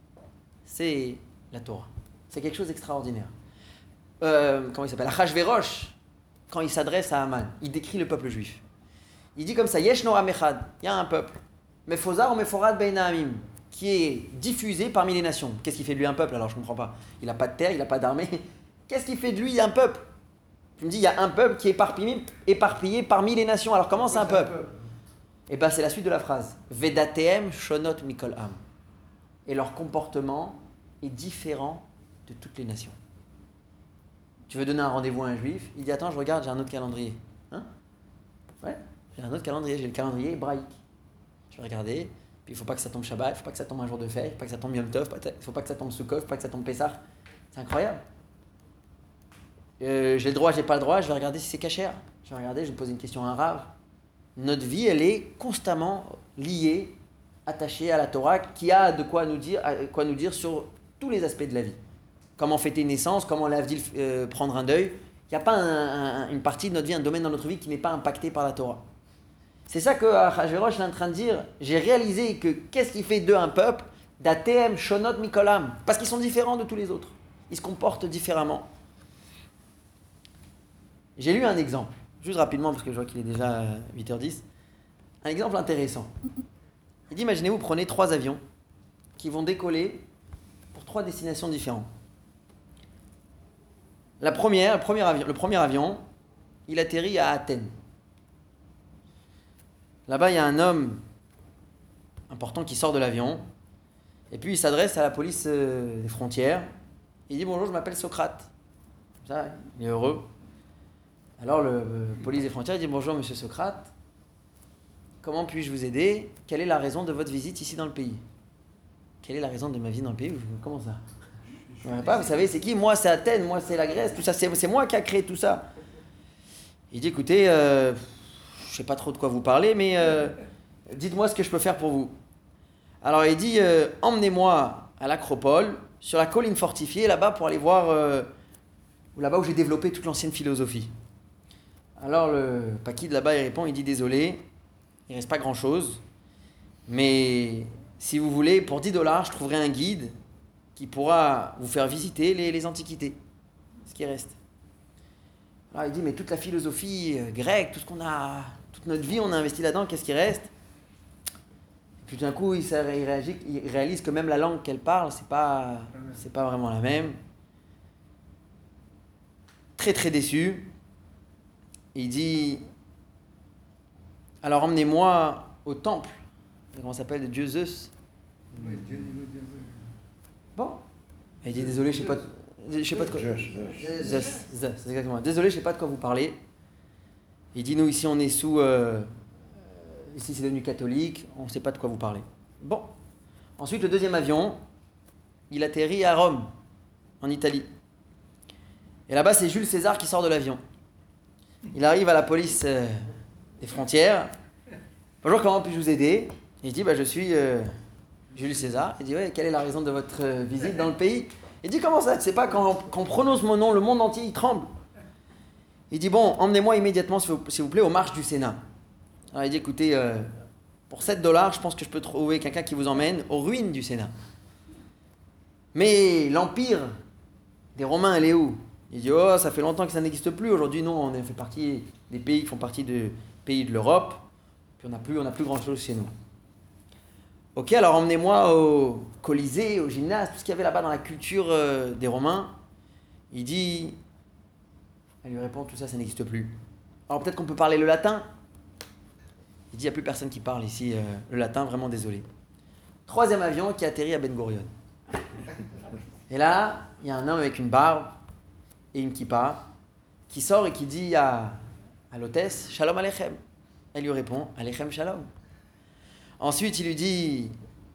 c'est la Torah. C'est quelque chose d'extraordinaire. Comment il s'appelle ? Achashverosh, quand il s'adresse à Haman, il décrit le peuple juif. Il dit comme ça, Yesh Noam Echad, il y a un peuple, Mefozar ou Meforad Bein Ha'amim, qui est diffusé parmi les nations. Qu'est-ce qui fait de lui un peuple ? Alors je ne comprends pas. Il n'a pas de terre, il n'a pas d'armée. Qu'est-ce qui fait de lui un peuple ? Tu me dis, il y a un peuple qui est éparpillé parmi les nations. Alors comment c'est un peuple ? Et bien c'est la suite de la phrase. Vedatehem shonot mikol am. Et leur comportement est différent de toutes les nations. Tu veux donner un rendez-vous à un juif, il dit attends, je regarde, j'ai un autre calendrier. Hein ? Ouais, j'ai un autre calendrier, j'ai le calendrier hébraïque. Je vais regarder, puis il ne faut pas que ça tombe Shabbat, il ne faut pas que ça tombe un jour de fête, il ne faut pas que ça tombe Yom Tov, il ne faut pas que ça tombe Sukkot, il ne faut pas que ça tombe Pessah. C'est incroyable. J'ai le droit, j'ai pas le droit, je vais regarder si c'est cachère. Je vais regarder, je vais me poser une question à un rave. Notre vie, elle est constamment liée, attachée à la Torah, qui a de quoi nous dire sur tous les aspects de la vie. Comment fêter une naissance, comment l'Avdil prendre un deuil. Il n'y a pas une partie de notre vie, un domaine dans notre vie qui n'est pas impacté par la Torah. C'est ça que Achashverosh est en train de dire. J'ai réalisé que qu'est-ce qui fait d'eux un peuple ? Datem, Shonot, Mikolam. Parce qu'ils sont différents de tous les autres. Ils se comportent différemment. J'ai lu un exemple, juste rapidement parce que je vois qu'il est déjà 8h10. Un exemple intéressant. Il dit, imaginez-vous, prenez 3 avions qui vont décoller pour 3 destinations différentes. Le premier avion, il atterrit à Athènes. Là-bas, il y a un homme important qui sort de l'avion. Et puis, il s'adresse à la police des frontières. Il dit « Bonjour, je m'appelle Socrate ». Ça, il est heureux. Alors, le police des frontières dit « Bonjour, monsieur Socrate. Comment puis-je vous aider ? Quelle est la raison de votre visite ici dans le pays ?» « Quelle est la raison de ma vie dans le pays ? Comment ça ? Je ne sais pas, vous savez, c'est qui ? Moi, c'est Athènes, moi, c'est la Grèce, tout ça, c'est moi qui a créé tout ça. Il dit, écoutez, je ne sais pas trop de quoi vous parlez, mais dites-moi ce que je peux faire pour vous. Alors, il dit, emmenez-moi à l'Acropole, sur la colline fortifiée, là-bas, pour aller voir, là-bas où j'ai développé toute l'ancienne philosophie. Alors, le Paki de là-bas, il répond, il dit, désolé, il ne reste pas grand-chose, mais si vous voulez, pour $10, je trouverai un guide qui pourra vous faire visiter les antiquités, ce qui reste. Alors il dit, mais toute la philosophie grecque, tout ce qu'on a, toute notre vie, on a investi là-dedans, qu'est-ce qui reste? Et puis d'un coup, il réalise que même la langue qu'elle parle, c'est pas vraiment la même. Très très déçu. Il dit, alors emmenez-moi au temple, comment ça s'appelle, de Dieu Zeus. Oui, Dieu, Dieu. Bon. Il dit, désolé, je sais pas de quoi. Zeus, exactement. Désolé, je sais pas de quoi vous parlez. Il dit, nous ici on est sous, ici c'est devenu catholique, on ne sait pas de quoi vous parlez. Bon. Ensuite, le deuxième avion, il atterrit à Rome, en Italie. Et là-bas, c'est Jules César qui sort de l'avion. Il arrive à la police des frontières. Bonjour, comment puis-je vous aider? Il dit, je suis Jules César. Il dit, ouais, quelle est la raison de votre visite dans le pays? Il dit, comment ça? Tu sais pas, quand on prononce mon nom, le monde entier, il tremble. Il dit, bon, emmenez-moi immédiatement, s'il vous plaît, aux marches du Sénat. Alors il dit, écoutez, pour $7, je pense que je peux trouver quelqu'un qui vous emmène aux ruines du Sénat. Mais l'empire des Romains, elle est où? Il dit, oh, ça fait longtemps que ça n'existe plus. Aujourd'hui, nous, on fait partie des pays qui font partie des pays de l'Europe. Puis on n'a plus grand-chose chez nous. Ok, alors emmenez-moi au Colisée, au gymnase, tout ce qu'il y avait là-bas dans la culture des Romains. Il dit, elle lui répond, tout ça, ça n'existe plus. Alors peut-être qu'on peut parler le latin. Il dit, il n'y a plus personne qui parle ici le latin, vraiment désolé. Troisième avion qui atterrit à Ben Gurion. Et là, il y a un homme avec une barbe et une kippa qui sort et qui dit à l'hôtesse, Shalom Aleichem. Elle lui répond, Aleichem Shalom. Ensuite, il lui dit,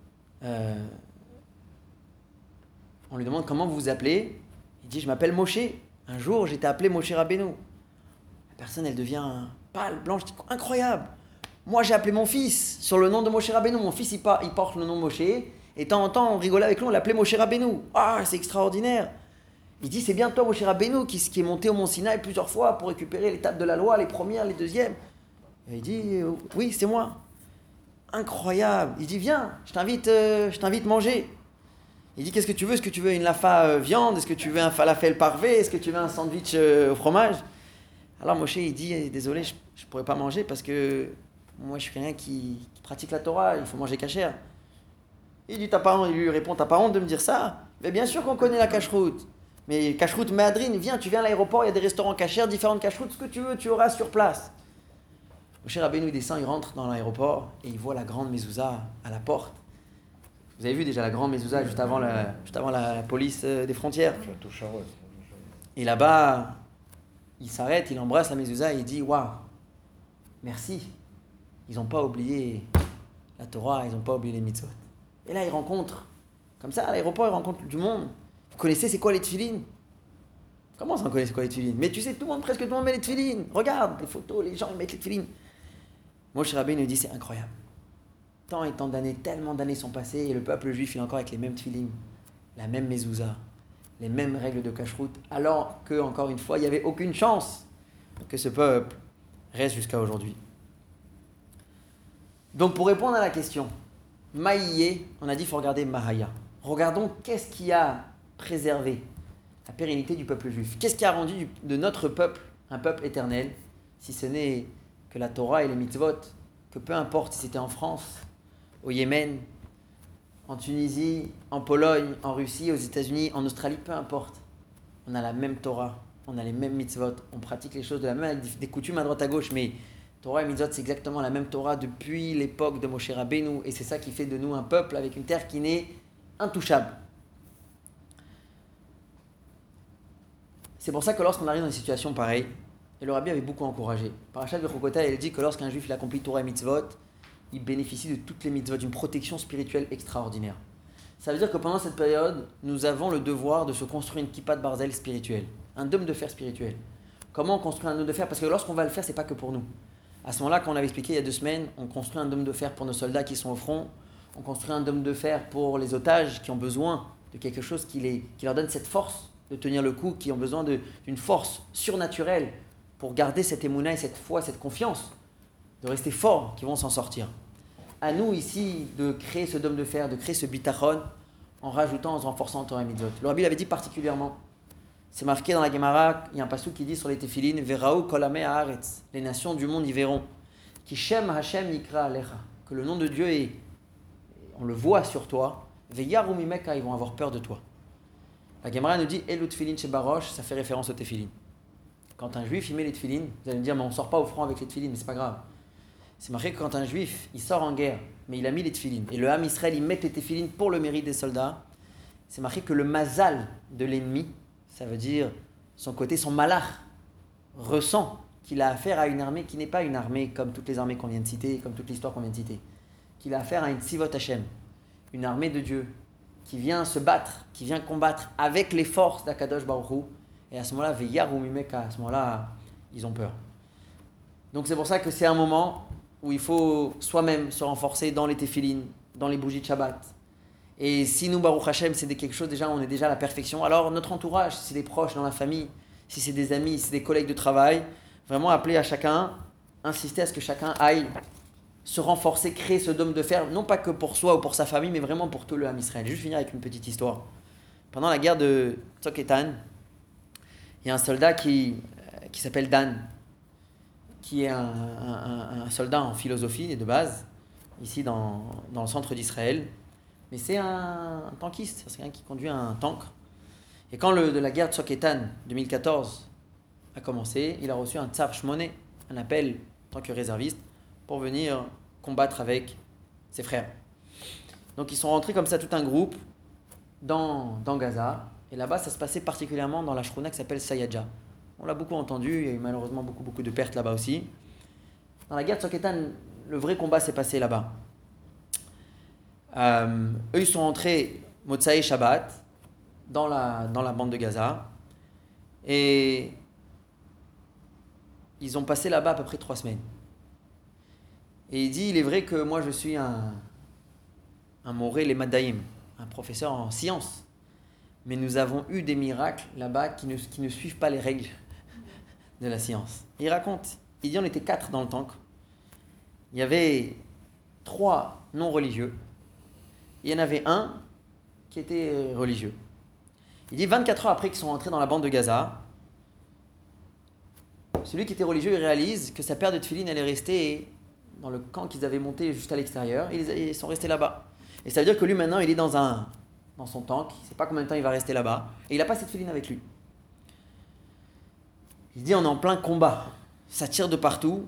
on lui demande comment vous vous appelez. Il dit, je m'appelle Moshe. Un jour, j'étais appelé Moshe Rabbeinu. La personne, elle devient pâle, blanche. Je dis, incroyable. Moi, j'ai appelé mon fils sur le nom de Moshe Rabbeinu. Mon fils, il porte le nom de Moshe. Et de temps en temps, on rigolait avec lui, on l'appelait Moshe Rabbeinu. Ah, c'est extraordinaire. Il dit, c'est bien toi, Moshe Rabbeinu, qui est monté au Mont Sinaï plusieurs fois pour récupérer les tables de la loi, les premières, les deuxièmes. Et il dit, oui, c'est moi. Incroyable. Il dit, viens, je t'invite manger. Il dit, qu'est-ce que tu veux? Est-ce que tu veux une lafa viande? Est-ce que tu veux un falafel parvé? Est-ce que tu veux un sandwich au fromage? Alors Moshe, il dit, désolé, je ne pourrais pas manger parce que moi, je suis quelqu'un qui pratique la Torah, il faut manger cachère. Il lui répond, t'as pas honte de me dire ça? Mais bien sûr qu'on connaît la cacheroute. Mais cacheroute Méadrine, viens, tu viens à l'aéroport, il y a des restaurants cachères, différentes cacheroutes, ce que tu veux, tu auras sur place. Moshe Rabbeinu, il descend, il rentre dans l'aéroport et il voit la grande mezouza à la porte. Vous avez vu déjà la grande mezouza juste avant la police des frontières. Et là-bas, il s'arrête, il embrasse la mezouza et il dit, waouh, merci. Ils n'ont pas oublié la Torah, ils n'ont pas oublié les mitzvot. Et là, il rencontre, comme ça, à l'aéroport, il rencontre du monde. Vous connaissez c'est quoi les tefilines? Comment ça, on connaît c'est quoi les tefilines? Mais tu sais, presque tout le monde met les tefilines. Regarde les photos, les gens ils mettent les tefilines. Moshe Rabbeinu nous dit, c'est incroyable. Tant et tant d'années, tellement d'années sont passées et le peuple juif il est encore avec les mêmes tefilines, la même mezouza, les mêmes règles de cacheroute, alors que, encore une fois, il n'y avait aucune chance que ce peuple reste jusqu'à aujourd'hui. Donc pour répondre à la question, Maïye, on a dit qu'il faut regarder Mahaya. Regardons qu'est-ce qui a préservé la pérennité du peuple juif. Qu'est-ce qui a rendu de notre peuple un peuple éternel, si ce n'est que la Torah et les mitzvot, que peu importe si c'était en France, au Yémen, en Tunisie, en Pologne, en Russie, aux États-Unis, en Australie, peu importe. On a la même Torah, on a les mêmes mitzvot, on pratique les choses de la même avec des coutumes à droite à gauche, mais Torah et mitzvot, c'est exactement la même Torah depuis l'époque de Moshe Rabbeinu, et c'est ça qui fait de nous un peuple avec une terre qui n'est intouchable. C'est pour ça que lorsqu'on arrive dans une situation pareille, et le Rabbi avait beaucoup encouragé. Parashat Bechokota, il dit que lorsqu'un juif il accomplit Torah et mitzvot, il bénéficie de toutes les mitzvot, d'une protection spirituelle extraordinaire. Ça veut dire que pendant cette période, nous avons le devoir de se construire une kippa de barzel spirituelle, un dôme de fer spirituel. Comment on construit un dôme de fer? Parce que lorsqu'on va le faire, c'est pas que pour nous. À ce moment-là, quand on avait expliqué il y a 2 semaines, on construit un dôme de fer pour nos soldats qui sont au front, on construit un dôme de fer pour les otages qui ont besoin de quelque chose qui leur donne cette force de tenir le coup, qui ont besoin d'une force surnaturelle pour garder cette émouna et cette foi, cette confiance, de rester forts, qui vont s'en sortir. À nous ici de créer ce dôme de fer, de créer ce bitachon, en rajoutant, en se renforçant en Torah et mitzvot. Le Rabbi l'avait dit particulièrement C'est marqué dans la Gemara, il y a un passage qui dit sur les téphilines, Veraou kolame haaretz, les nations du monde y verront, Ki Shem Hashem nikra alecha, que le nom de Dieu est, on le voit sur toi, Veyaru mimeka, ils vont avoir peur de toi. La Gemara nous dit, Elu tefilin shebarosh, ça fait référence aux téphilines. Quand un juif il met les téphilines, vous allez me dire, mais on ne sort pas au front avec les téphilines, mais c'est pas grave. C'est marqué que quand un juif, il sort en guerre, mais il a mis les téphilines, et le Ham Israël, il met les téphilines pour le mérite des soldats, c'est marqué que le mazal de l'ennemi, ça veut dire son côté, son malach, ressent qu'il a affaire à une armée qui n'est pas une armée comme toutes les armées qu'on vient de citer, comme toute l'histoire qu'on vient de citer. Qu'il a affaire à une Tzivot Hashem, une armée de Dieu, qui vient se battre, qui vient combattre avec les forces d'Akadosh Baruch Hu. Et à ce moment-là, Veyaru mimeka, à ce moment-là, ils ont peur. Donc c'est pour ça que c'est un moment où il faut soi-même se renforcer dans les téphilines, dans les bougies de Shabbat. Et si nous, Baruch Hashem, c'est quelque chose, déjà, on est déjà à la perfection. Alors notre entourage, si c'est des proches dans la famille, si c'est des amis, si c'est des collègues de travail, vraiment appeler à chacun, insister à ce que chacun aille se renforcer, créer ce dôme de fer, non pas que pour soi ou pour sa famille, mais vraiment pour tout le Ham Israël. Je vais juste finir avec une petite histoire. Pendant la guerre de Tzok Etan, il y a un soldat qui s'appelle Dan, qui est un soldat en philosophie de base, ici dans le centre d'Israël. Mais c'est un tankiste, c'est quelqu'un qui conduit un tank. Et quand de la guerre de Tzok Etan 2014 a commencé, il a reçu un Tzav Shmoné, un appel en tant que réserviste, pour venir combattre avec ses frères. Donc ils sont rentrés comme ça, tout un groupe, dans Gaza. Et là-bas, ça se passait particulièrement dans la Shruna qui s'appelle Sayadja. On l'a beaucoup entendu, il y a eu malheureusement beaucoup de pertes là-bas aussi. Dans la guerre de Tzok Etan, le vrai combat s'est passé là-bas. Eux, ils sont rentrés Motsaï Shabbat dans la bande de Gaza. Et ils ont passé là-bas à peu près 3 semaines. Et il dit, il est vrai que moi je suis un Moré les Madaïm, un professeur en sciences. Mais nous avons eu des miracles là-bas qui ne suivent pas les règles de la science. Il raconte, il dit on était 4 dans le tank. Il y avait 3 non-religieux. Il y en avait un qui était religieux. Il dit 24 heures après qu'ils sont rentrés dans la bande de Gaza, celui qui était religieux, il réalise que sa paire de tefilines, elle est restée dans le camp qu'ils avaient monté juste à l'extérieur. Ils sont restés là-bas. Et ça veut dire que lui, maintenant, il est dans son tank. Il ne sait pas combien de temps il va rester là-bas. Et il n'a pas cette tefiline avec lui. Il dit, on est en plein combat. Ça tire de partout.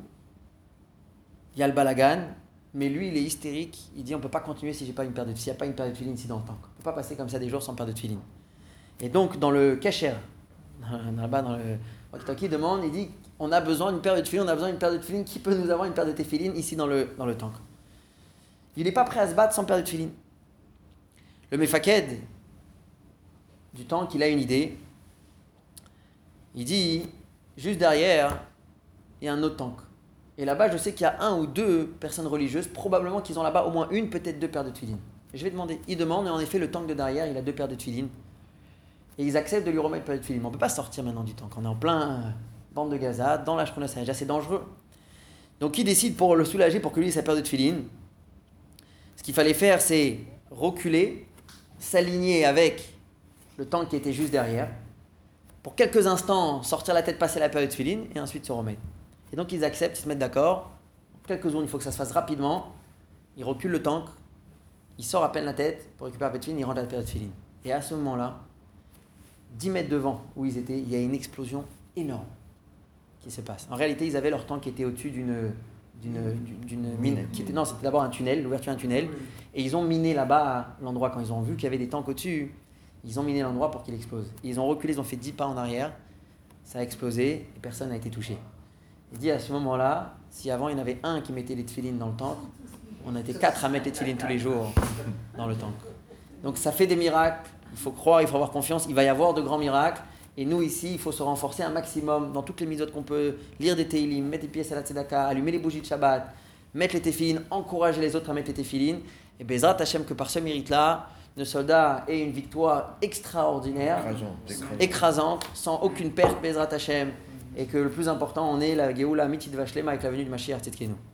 Il y a le balagan. Mais lui, il est hystérique. Il dit, on ne peut pas continuer s'il n'y a pas une paire de tefilines ici dans le tank. On ne peut pas passer comme ça des jours sans paire de tefilines. Et donc, dans le kasher, là-bas, dans le walkie-talkie, il demande, il dit, on a besoin d'une paire de tefilines, on a besoin d'une paire de tefilines. Qui peut nous avoir une paire de tefilines ici dans le tank? Il n'est pas prêt à se battre sans paire de tefilines. Le Mefaked du tank, il a une idée. Il dit, juste derrière, il y a un autre tank. Et là-bas, je sais qu'il y a 1 ou 2 personnes religieuses, probablement qu'ils ont là-bas au moins une, peut-être 2 paires de tefilines. Et je vais demander. Il demande, et en effet, le tank de derrière, il a 2 paires de tefilines. Et ils acceptent de lui remettre une paire de tefilines. On ne peut pas sortir maintenant du tank. On est en plein bande de Gaza, dans la Shruna Sayadja, c'est dangereux. Donc, il décide pour le soulager, pour que lui ait sa paire de tefilines. Ce qu'il fallait faire, c'est reculer, s'aligner avec le tank qui était juste derrière, pour quelques instants sortir la tête, passer la paire de tefilines, et ensuite se remettre. Et donc ils acceptent, ils se mettent d'accord. Quelques secondes, il faut que ça se fasse rapidement. Ils reculent le tank, il sort à peine la tête pour récupérer la paire de tefilines, il rentre la paire de tefilines. Et à ce moment-là, 10 mètres devant où ils étaient, il y a une explosion énorme qui se passe. En réalité, ils avaient leur tank qui était au-dessus d'une mine. C'était d'abord un tunnel, l'ouverture d'un tunnel. Et ils ont miné là-bas à l'endroit, quand ils ont vu qu'il y avait des tanks au-dessus, ils ont miné l'endroit pour qu'il explose. Et ils ont reculé, ils ont fait 10 pas en arrière, ça a explosé et personne n'a été touché. Il dit à ce moment-là, si avant il y en avait un qui mettait les tefilines dans le tank, on était 4 à mettre les tefilines tous les jours dans le tank. Donc ça fait des miracles, il faut croire, il faut avoir confiance, il va y avoir de grands miracles. Et nous ici, il faut se renforcer un maximum dans toutes les mitzvot qu'on peut, lire des Teilim, mettre des pièces à la tzedaka, allumer les bougies de Shabbat, mettre les tefilines, encourager les autres à mettre les tefilines. Et Bezrat Hashem, que par ce mérite-là, nos soldats aient une victoire extraordinaire, écrasante, sans aucune perte, Bezrat Hashem. Et que le plus important, on est la Géoula Mitzvah Shlema avec la venue du Mashiach Tzidkenu.